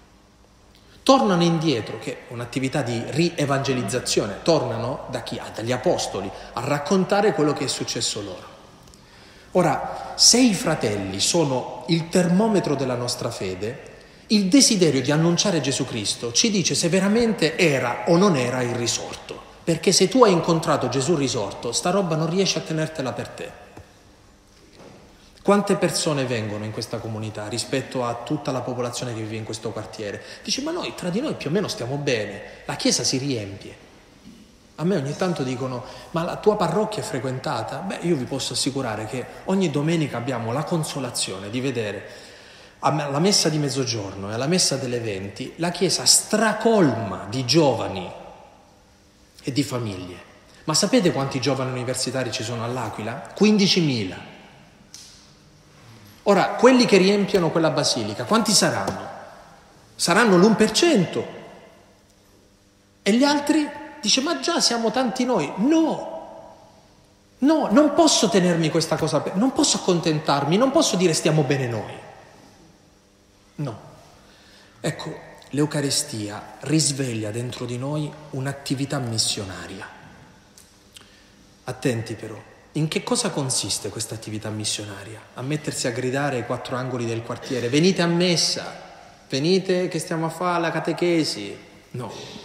che è un'attività di rievangelizzazione, tornano da chi? Dagli apostoli, a raccontare quello che è successo loro. Ora, se i fratelli sono il termometro della nostra fede, il desiderio di annunciare Gesù Cristo ci dice se veramente era o non era il risorto. Perché se tu hai incontrato Gesù risorto, sta roba non riesci a tenertela per te. Quante persone vengono in questa comunità rispetto a tutta la popolazione che vive in questo quartiere? Dice, ma noi tra di noi più o meno stiamo bene, la chiesa si riempie. A me ogni tanto dicono, ma la tua parrocchia è frequentata? Beh, io vi posso assicurare che ogni domenica abbiamo la consolazione di vedere alla messa di mezzogiorno e alla messa delle 20 la chiesa stracolma di giovani e di famiglie. Ma sapete quanti giovani universitari ci sono all'Aquila? 15.000. Ora, quelli che riempiono quella basilica, quanti saranno? Saranno l'1%. E gli altri? Dice, ma già siamo tanti noi. No, non posso tenermi questa cosa, non posso accontentarmi, non posso dire stiamo bene noi. No. Ecco, l'Eucaristia risveglia dentro di noi un'attività missionaria. Attenti però, in che cosa consiste questa attività missionaria? A mettersi a gridare ai 4 angoli del quartiere, venite a messa, venite che stiamo a fare la catechesi. No.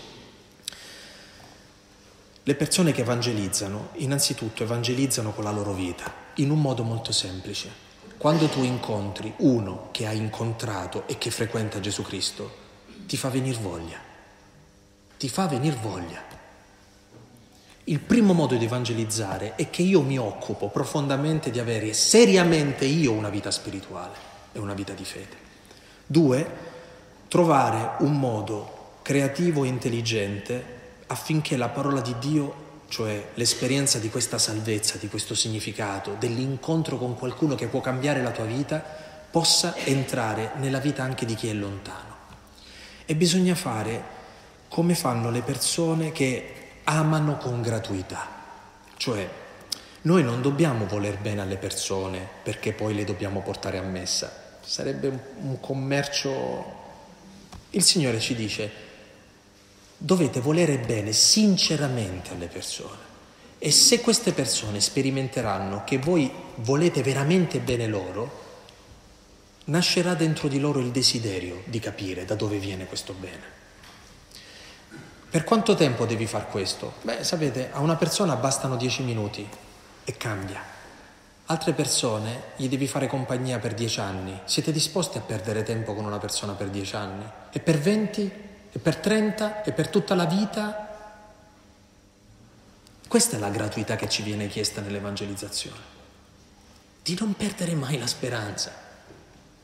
Le persone che evangelizzano, innanzitutto evangelizzano con la loro vita, in un modo molto semplice. Quando tu incontri uno che ha incontrato e che frequenta Gesù Cristo, ti fa venir voglia. Ti fa venir voglia. Il primo modo di evangelizzare è che io mi occupo profondamente di avere seriamente io una vita spirituale e una vita di fede. 2, trovare un modo creativo e intelligente affinché la parola di Dio, cioè l'esperienza di questa salvezza, di questo significato, dell'incontro con qualcuno che può cambiare la tua vita, possa entrare nella vita anche di chi è lontano. E bisogna fare come fanno le persone che amano con gratuità. Cioè, noi non dobbiamo voler bene alle persone perché poi le dobbiamo portare a messa. Sarebbe un commercio. Il Signore ci dice: dovete volere bene sinceramente alle persone, e se queste persone sperimenteranno che voi volete veramente bene loro, nascerà dentro di loro il desiderio di capire da dove viene questo bene. Per quanto tempo devi far questo? Beh, sapete, a una persona bastano 10 minuti e cambia. Altre persone gli devi fare compagnia per 10 anni. Siete disposti a perdere tempo con una persona per 10 anni? E per 20? E per 30? E per tutta la vita? Questa è la gratuità che ci viene chiesta nell'evangelizzazione. Di non perdere mai la speranza.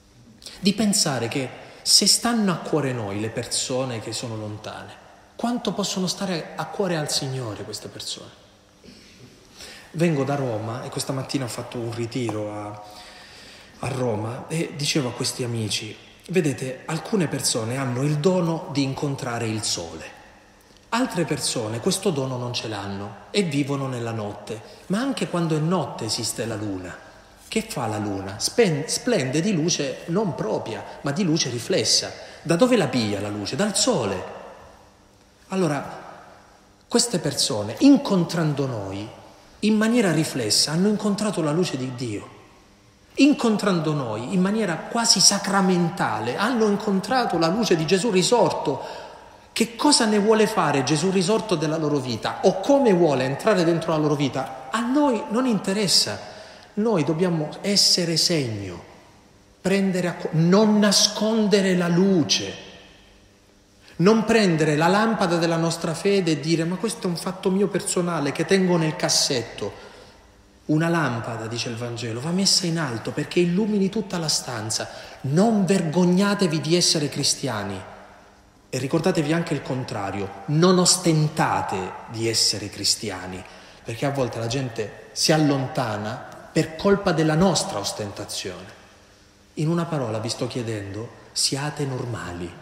di pensare che se stanno a cuore noi le persone che sono lontane, quanto possono stare a cuore al Signore queste persone. Vengo da Roma e questa mattina ho fatto un ritiro a Roma e dicevo a questi amici, vedete, alcune persone hanno il dono di incontrare il sole, altre persone questo dono non ce l'hanno e vivono nella notte, ma anche quando è notte esiste la luna. Che fa la luna? Splende di luce non propria, ma di luce riflessa. Da dove la piglia la luce? Dal sole. Allora, queste persone, incontrando noi, in maniera riflessa, hanno incontrato la luce di Dio. Incontrando noi, in maniera quasi sacramentale, hanno incontrato la luce di Gesù risorto. Che cosa ne vuole fare Gesù risorto della loro vita? O come vuole entrare dentro la loro vita? A noi non interessa. Noi dobbiamo essere segno, non nascondere la luce, non prendere la lampada della nostra fede e dire ma questo è un fatto mio personale che tengo nel cassetto. Una lampada, dice il Vangelo, va messa in alto perché illumini tutta la stanza. Non vergognatevi di essere cristiani e ricordatevi anche il contrario, non ostentate di essere cristiani, perché a volte la gente si allontana per colpa della nostra ostentazione. In una parola vi sto chiedendo, siate normali.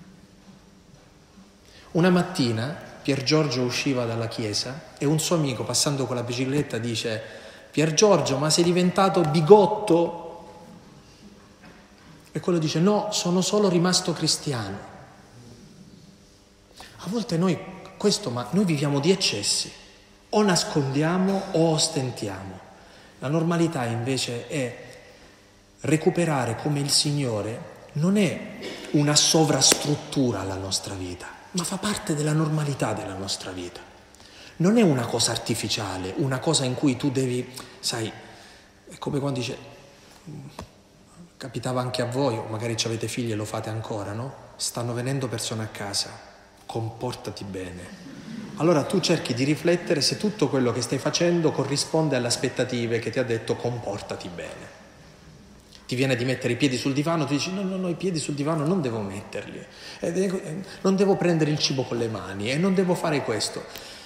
Una mattina Pier Giorgio usciva dalla chiesa e un suo amico passando con la bicicletta dice: Pier Giorgio, ma sei diventato bigotto? E quello dice: no, sono solo rimasto cristiano. A volte noi viviamo di eccessi, o nascondiamo o ostentiamo. La normalità invece è recuperare come il Signore non è una sovrastruttura alla nostra vita, ma fa parte della normalità della nostra vita. Non è una cosa artificiale, una cosa in cui tu devi, sai, è come quando dice, capitava anche a voi, o magari avete figli e lo fate ancora, no? Stanno venendo persone a casa, comportati bene. Allora tu cerchi di riflettere se tutto quello che stai facendo corrisponde alle aspettative che ti ha detto comportati bene. Ti viene di mettere i piedi sul divano, tu dici no, i piedi sul divano non devo metterli, non devo prendere il cibo con le mani e non devo fare questo.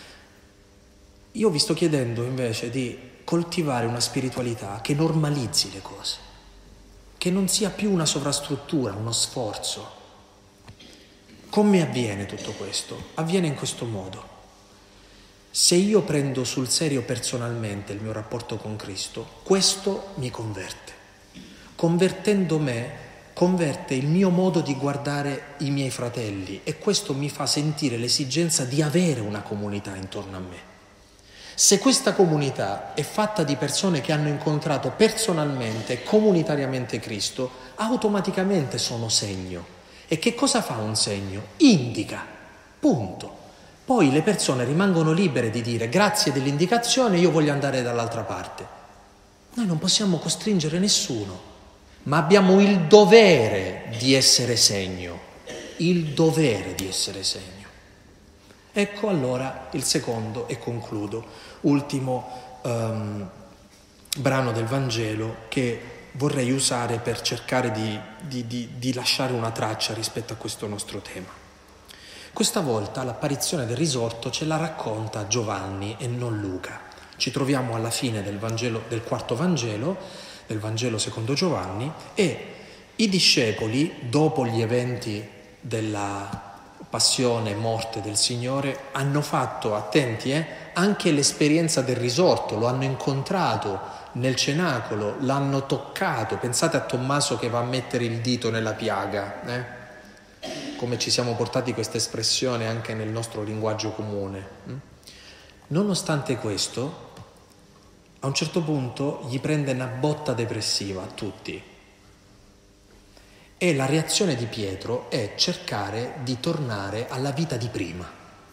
Io vi sto chiedendo invece di coltivare una spiritualità che normalizzi le cose, che non sia più una sovrastruttura, uno sforzo. Come avviene tutto questo? Avviene in questo modo. Se io prendo sul serio personalmente il mio rapporto con Cristo, questo mi converte. Convertendo me, converte il mio modo di guardare i miei fratelli e questo mi fa sentire l'esigenza di avere una comunità intorno a me. Se questa comunità è fatta di persone che hanno incontrato personalmente e comunitariamente Cristo, automaticamente sono segno. E che cosa fa un segno? Indica, punto. Poi le persone rimangono libere di dire grazie dell'indicazione, io voglio andare dall'altra parte. Noi non possiamo costringere nessuno, ma abbiamo il dovere di essere segno, il dovere di essere segno. Ecco allora il secondo e concludo, ultimo brano del Vangelo che vorrei usare per cercare di lasciare una traccia rispetto a questo nostro tema. Questa volta l'apparizione del risorto ce la racconta Giovanni e non Luca. Ci troviamo alla fine del quarto Vangelo, del Vangelo secondo Giovanni, e i discepoli, dopo gli eventi della passione e morte del Signore, hanno fatto, attenti, anche l'esperienza del risorto, lo hanno incontrato nel cenacolo, l'hanno toccato. Pensate a Tommaso che va a mettere il dito nella piaga, come ci siamo portati questa espressione anche nel nostro linguaggio comune. Nonostante questo, a un certo punto gli prende una botta depressiva a tutti e la reazione di Pietro è cercare di tornare alla vita di prima.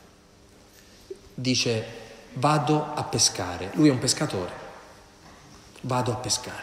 Dice: vado a pescare. Lui è un pescatore. Vado a pescare.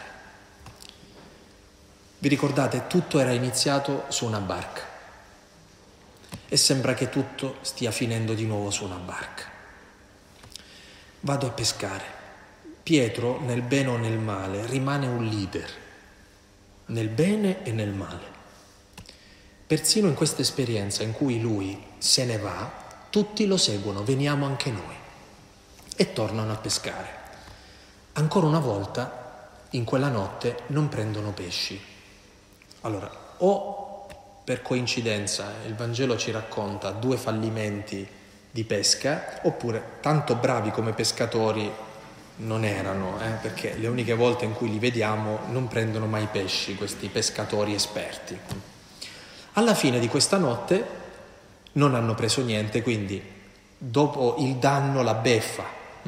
Vi ricordate? Tutto era iniziato su una barca e sembra che tutto stia finendo di nuovo su una barca. Vado a pescare. Pietro, nel bene o nel male, rimane un leader. nel bene e nel male. Persino in questa esperienza in cui lui se ne va, tutti lo seguono, veniamo anche noi, e tornano a pescare. Ancora una volta, in quella notte, non prendono pesci. Allora, o per coincidenza il Vangelo ci racconta 2 fallimenti di pesca, oppure tanto bravi come pescatori non erano, perché le uniche volte in cui li vediamo non prendono mai pesci, questi pescatori esperti. Alla fine di questa notte non hanno preso niente, quindi dopo il danno la beffa,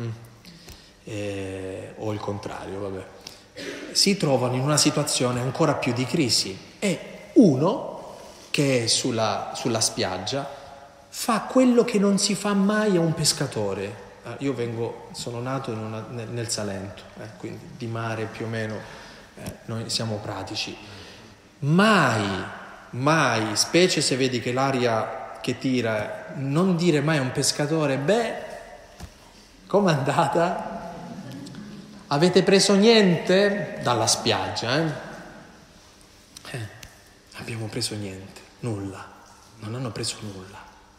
o il contrario, vabbè, si trovano in una situazione ancora più di crisi e uno che è sulla spiaggia fa quello che non si fa mai a un pescatore. Io sono nato nel Salento, quindi di mare più o meno noi siamo pratici. Mai, specie se vedi che l'aria che tira, non dire mai a un pescatore: beh, com'è andata? Avete preso niente dalla spiaggia? Abbiamo preso niente, nulla, non hanno preso nulla.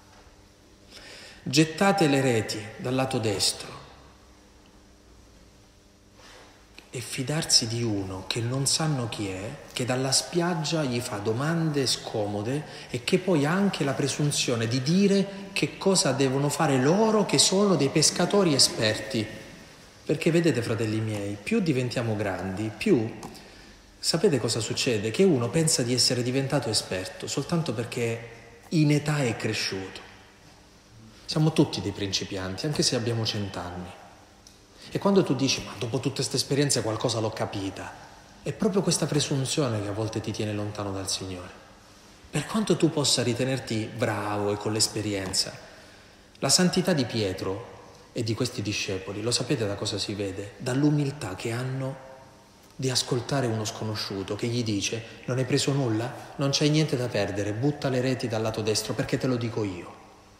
Gettate le reti dal lato destro e fidarsi di uno che non sanno chi è, che dalla spiaggia gli fa domande scomode e che poi ha anche la presunzione di dire che cosa devono fare loro che sono dei pescatori esperti. Perché vedete, fratelli miei, più diventiamo grandi, più sapete cosa succede? Che uno pensa di essere diventato esperto soltanto perché in età è cresciuto. Siamo tutti dei principianti, anche se abbiamo 100 anni. E quando tu dici: ma dopo tutte queste esperienze qualcosa l'ho capita, è proprio questa presunzione che a volte ti tiene lontano dal Signore. Per quanto tu possa ritenerti bravo e con l'esperienza, la santità di Pietro e di questi discepoli, lo sapete da cosa si vede? Dall'umiltà che hanno di ascoltare uno sconosciuto che gli dice: non hai preso nulla? Non c'hai niente da perdere, butta le reti dal lato destro perché te lo dico io.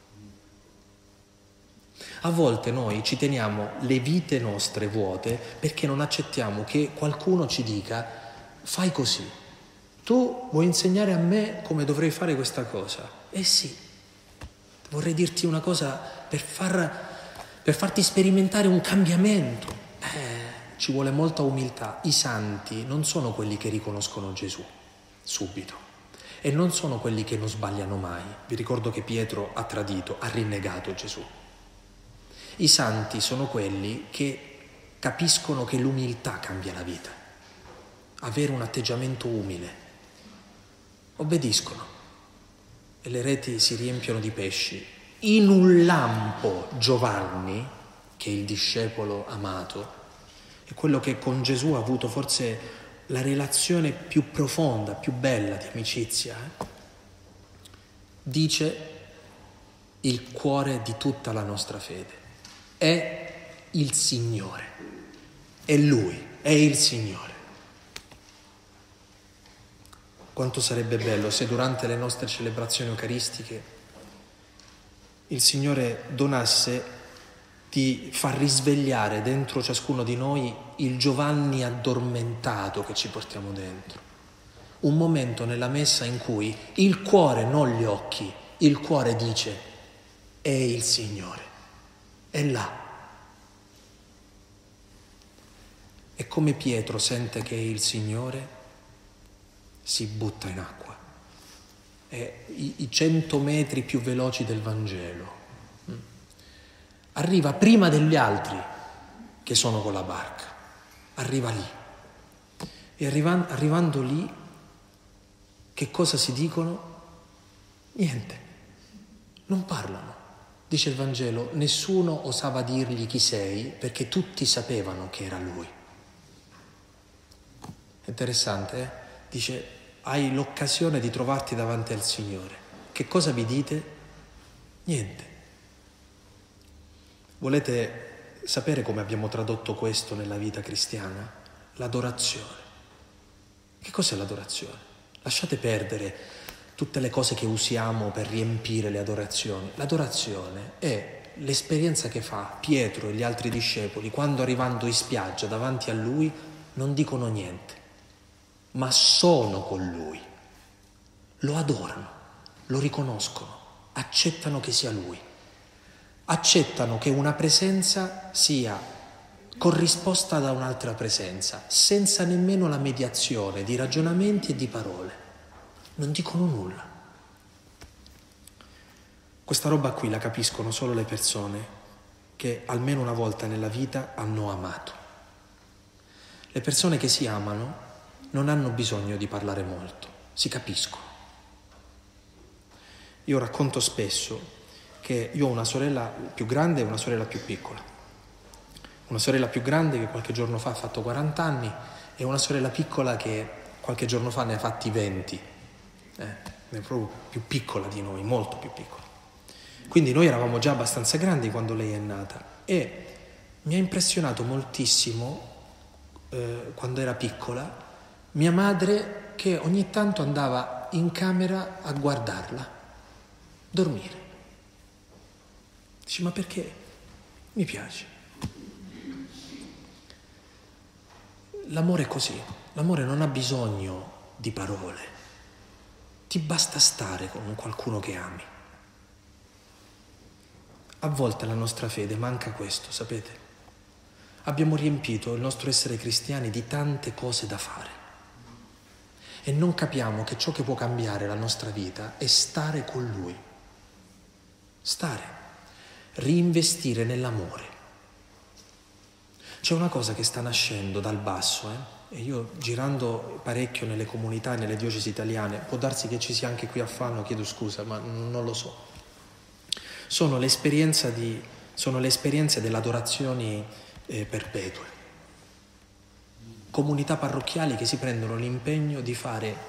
A volte noi ci teniamo le vite nostre vuote perché non accettiamo che qualcuno ci dica: fai così, tu vuoi insegnare a me come dovrei fare questa cosa? Sì, vorrei dirti una cosa per farti sperimentare un cambiamento. Ci vuole molta umiltà. I santi non sono quelli che riconoscono Gesù subito e non sono quelli che non sbagliano mai. Vi ricordo che Pietro ha tradito, ha rinnegato Gesù. I santi sono quelli che capiscono che l'umiltà cambia la vita. Avere un atteggiamento umile. Obbediscono e le reti si riempiono di pesci. In un lampo Giovanni, che è il discepolo amato, è quello che con Gesù ha avuto forse la relazione più profonda, più bella di amicizia, dice il cuore di tutta la nostra fede. È il Signore, è Lui, è il Signore. Quanto sarebbe bello se durante le nostre celebrazioni eucaristiche il Signore donasse di far risvegliare dentro ciascuno di noi il Giovanni addormentato che ci portiamo dentro. Un momento nella messa in cui il cuore, non gli occhi, il cuore dice: è il Signore. È là. E come Pietro sente che è il Signore, si butta in acqua. È i 100 metri più veloci del Vangelo. Arriva prima degli altri che sono con la barca. Arriva lì. E arrivando lì, che cosa si dicono? Niente. Non parlano. Dice il Vangelo: nessuno osava dirgli chi sei, perché tutti sapevano che era lui. È interessante, eh? Dice: hai l'occasione di trovarti davanti al Signore. Che cosa vi dite? Niente. Volete sapere come abbiamo tradotto questo nella vita cristiana? L'adorazione. Che cos'è l'adorazione? Lasciate perdere tutte le cose che usiamo per riempire le adorazioni. L'adorazione è l'esperienza che fa Pietro e gli altri discepoli quando, arrivando in spiaggia davanti a lui, non dicono niente. ma sono con Lui. Lo adorano, lo riconoscono, accettano che sia Lui. Accettano che una presenza sia corrisposta da un'altra presenza, senza nemmeno la mediazione di ragionamenti e di parole. Non dicono nulla. Questa roba qui la capiscono solo le persone che almeno una volta nella vita hanno amato. Le persone che si amano non hanno bisogno di parlare molto, si capiscono. Io racconto spesso che io ho una sorella più grande e una sorella più piccola. Una sorella più grande che qualche giorno fa ha fatto 40 anni e una sorella piccola che qualche giorno fa ne ha fatti 20. È proprio più piccola di noi, molto più piccola. Quindi noi eravamo già abbastanza grandi quando lei è nata e mi ha impressionato moltissimo quando era piccola mia madre che ogni tanto andava in camera a guardarla dormire. Dici, ma perché? Mi piace. L'amore è così, l'amore non ha bisogno di parole, ti basta stare con qualcuno che ami. A volte alla nostra fede manca questo, sapete? Abbiamo riempito il nostro essere cristiani di tante cose da fare e non capiamo che ciò che può cambiare la nostra vita è stare con Lui. Stare, reinvestire nell'amore. C'è una cosa che sta nascendo dal basso, e io girando parecchio nelle comunità e nelle diocesi italiane, può darsi che ci sia anche qui a Fano, chiedo scusa, ma non lo so. Sono le esperienze delle adorazioni perpetue. Comunità parrocchiali che si prendono l'impegno di fare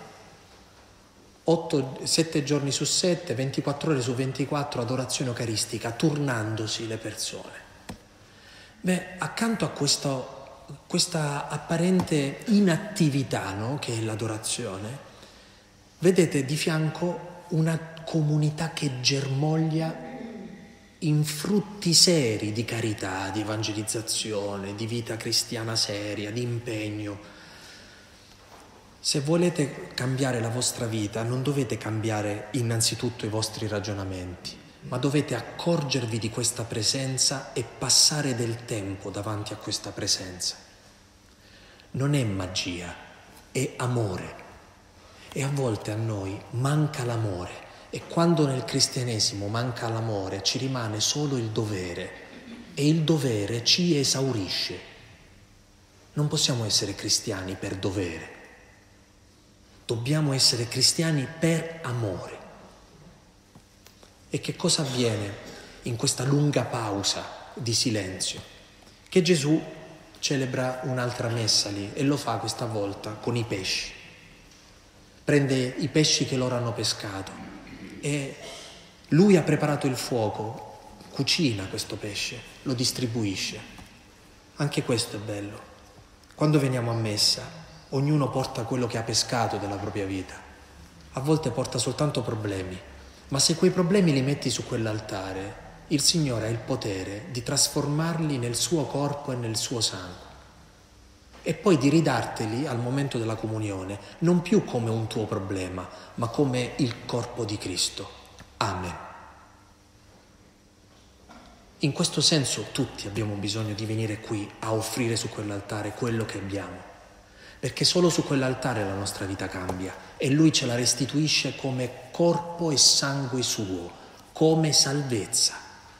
7 giorni su 7, 24 ore su 24 adorazione eucaristica, turnandosi le persone. Accanto a questa apparente inattività, no, che è l'adorazione, vedete di fianco una comunità che germoglia in frutti seri di carità, di evangelizzazione, di vita cristiana seria, di impegno. Se volete cambiare la vostra vita, non dovete cambiare innanzitutto i vostri ragionamenti, ma dovete accorgervi di questa presenza e passare del tempo davanti a questa presenza. Non è magia, è amore. E a volte a noi manca l'amore. E quando nel cristianesimo manca l'amore ci rimane solo il dovere e il dovere ci esaurisce. Non possiamo essere cristiani per dovere, dobbiamo essere cristiani per amore. E che cosa avviene in questa lunga pausa di silenzio? Che Gesù celebra un'altra messa lì e lo fa questa volta con i pesci. Prende i pesci che loro hanno pescato e lui ha preparato il fuoco, cucina questo pesce, lo distribuisce. Anche questo è bello. Quando veniamo a messa, ognuno porta quello che ha pescato della propria vita. A volte porta soltanto problemi, ma se quei problemi li metti su quell'altare, il Signore ha il potere di trasformarli nel suo corpo e nel suo sangue. E poi di ridarteli al momento della comunione, non più come un tuo problema, ma come il corpo di Cristo. Amen. In questo senso tutti abbiamo bisogno di venire qui a offrire su quell'altare quello che abbiamo, perché solo su quell'altare la nostra vita cambia e Lui ce la restituisce come corpo e sangue suo, come salvezza.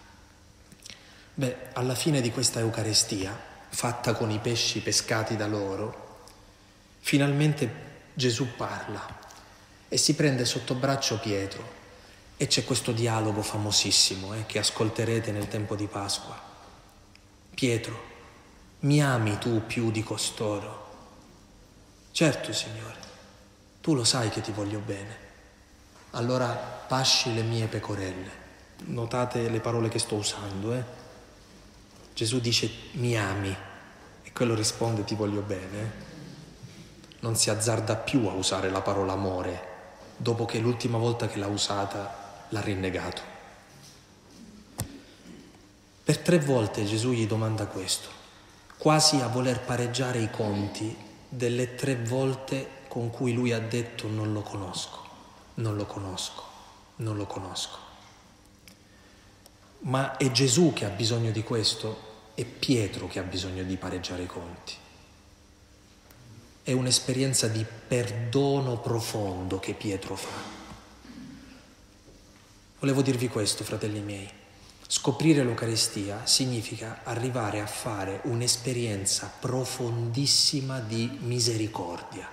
Alla fine di questa Eucaristia, fatta con i pesci pescati da loro, finalmente Gesù parla e si prende sotto braccio Pietro e c'è questo dialogo famosissimo che ascolterete nel tempo di Pasqua. Pietro, mi ami tu più di costoro? Certo, Signore, tu lo sai che ti voglio bene. Allora pasci le mie pecorelle. Notate le parole che sto usando, Gesù dice mi ami e quello risponde ti voglio bene. Non si azzarda più a usare la parola amore dopo che l'ultima volta che l'ha usata l'ha rinnegato. Per 3 volte Gesù gli domanda questo, quasi a voler pareggiare i conti delle 3 volte con cui lui ha detto non lo conosco, non lo conosco, non lo conosco. Ma è Gesù che ha bisogno di questo, è Pietro che ha bisogno di pareggiare i conti. È un'esperienza di perdono profondo che Pietro fa. Volevo dirvi questo, fratelli miei. Scoprire l'Eucaristia significa arrivare a fare un'esperienza profondissima di misericordia.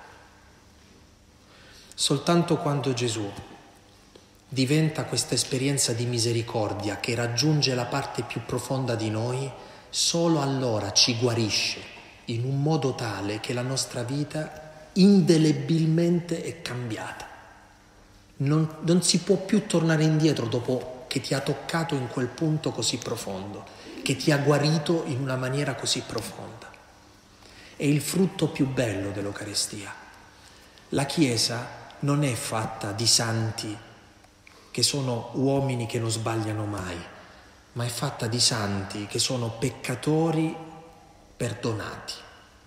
Soltanto quando Gesù diventa questa esperienza di misericordia che raggiunge la parte più profonda di noi, solo allora ci guarisce in un modo tale che la nostra vita indelebilmente è cambiata. Non si può più tornare indietro dopo che ti ha toccato in quel punto così profondo, che ti ha guarito in una maniera così profonda. È il frutto più bello dell'Eucaristia. La Chiesa non è fatta di santi che sono uomini che non sbagliano mai, ma è fatta di santi che sono peccatori perdonati.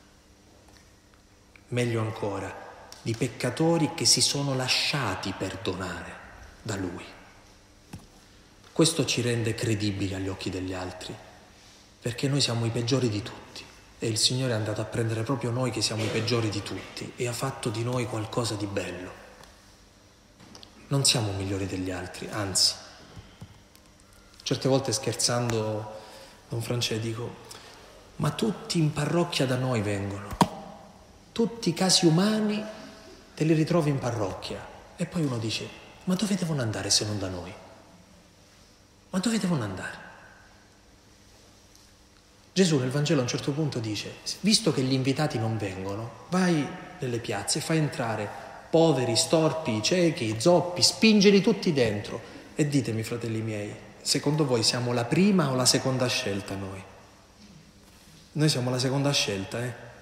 Meglio ancora, di peccatori che si sono lasciati perdonare da Lui. Questo ci rende credibili agli occhi degli altri, perché noi siamo i peggiori di tutti e il Signore è andato a prendere proprio noi che siamo i peggiori di tutti e ha fatto di noi qualcosa di bello. Non siamo migliori degli altri, anzi. Certe volte scherzando Don Francesco dico: ma tutti in parrocchia da noi vengono, tutti i casi umani te li ritrovi in parrocchia. E poi uno dice: ma dove devono andare se non da noi? Ma dove devono andare? Gesù nel Vangelo a un certo punto dice: visto che gli invitati non vengono, vai nelle piazze e fai entrare poveri, storpi, ciechi, zoppi, spingili tutti dentro. E ditemi, fratelli miei, secondo voi siamo la prima o la seconda scelta noi? Noi siamo la seconda scelta,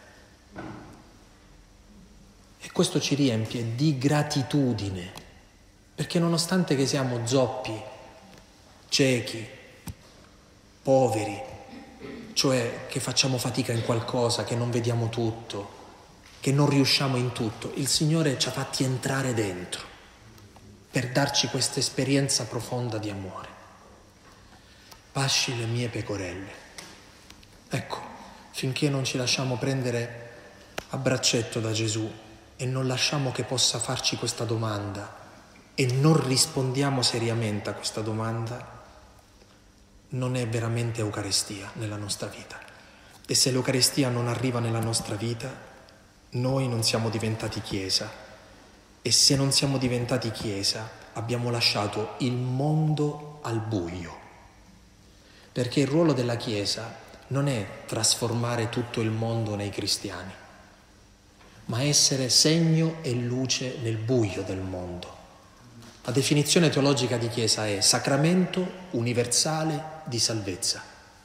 E questo ci riempie di gratitudine, perché nonostante che siamo zoppi, ciechi, poveri, cioè che facciamo fatica in qualcosa, che non vediamo tutto, che non riusciamo in tutto, il Signore ci ha fatti entrare dentro per darci questa esperienza profonda di amore. Pasci le mie pecorelle. Ecco, finché non ci lasciamo prendere a braccetto da Gesù e non lasciamo che possa farci questa domanda e non rispondiamo seriamente a questa domanda, non è veramente Eucaristia nella nostra vita. E se l'Eucaristia non arriva nella nostra vita, noi non siamo diventati Chiesa. E se non siamo diventati Chiesa, abbiamo lasciato il mondo al buio. Perché il ruolo della Chiesa non è trasformare tutto il mondo nei cristiani, ma essere segno e luce nel buio del mondo. La definizione teologica di Chiesa è sacramento universale di salvezza.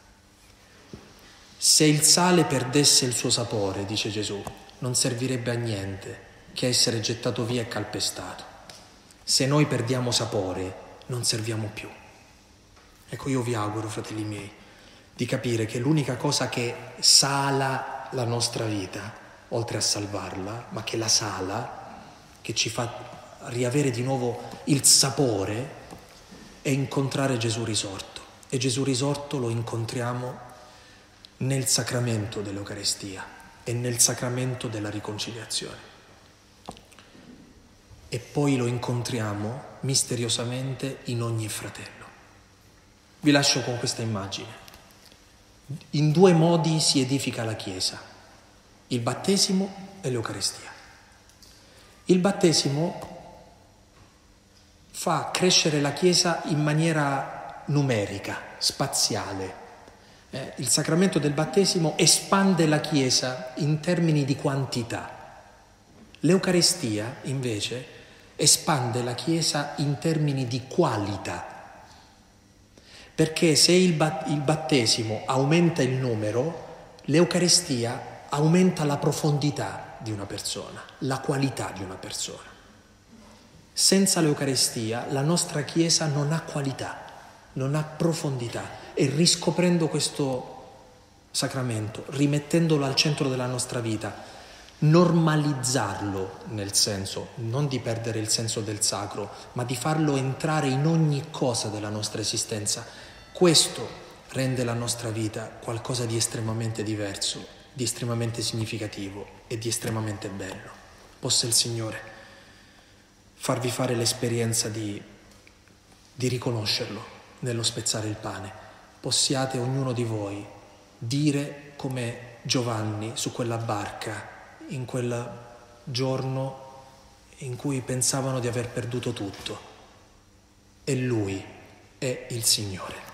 Se il sale perdesse il suo sapore, dice Gesù, non servirebbe a niente che essere gettato via e calpestato. Se noi perdiamo sapore, non serviamo più. Ecco, io vi auguro, fratelli miei, di capire che l'unica cosa che sala la nostra vita, oltre a salvarla, ma che la sala, che ci fa riavere di nuovo il sapore, è incontrare Gesù risorto. E Gesù risorto lo incontriamo nel sacramento dell'Eucaristia e nel sacramento della riconciliazione. E poi lo incontriamo misteriosamente in ogni fratello. Vi lascio con questa immagine. In due modi si edifica la Chiesa: il battesimo e l'Eucaristia. Il battesimo fa crescere la Chiesa in maniera numerica, spaziale. Il sacramento del battesimo espande la Chiesa in termini di quantità. L'Eucaristia, invece, espande la Chiesa in termini di qualità. Perché se il battesimo aumenta il numero, l'Eucaristia aumenta la profondità di una persona, la qualità di una persona. Senza l'Eucaristia la nostra Chiesa non ha qualità, non ha profondità, e riscoprendo questo sacramento, rimettendolo al centro della nostra vita, normalizzarlo, nel senso non di perdere il senso del sacro, ma di farlo entrare in ogni cosa della nostra esistenza. Questo rende la nostra vita qualcosa di estremamente diverso, di estremamente significativo e di estremamente bello. Possa il Signore farvi fare l'esperienza di riconoscerlo nello spezzare il pane. Possiate ognuno di voi dire come Giovanni su quella barca, in quel giorno in cui pensavano di aver perduto tutto: e Lui è il Signore.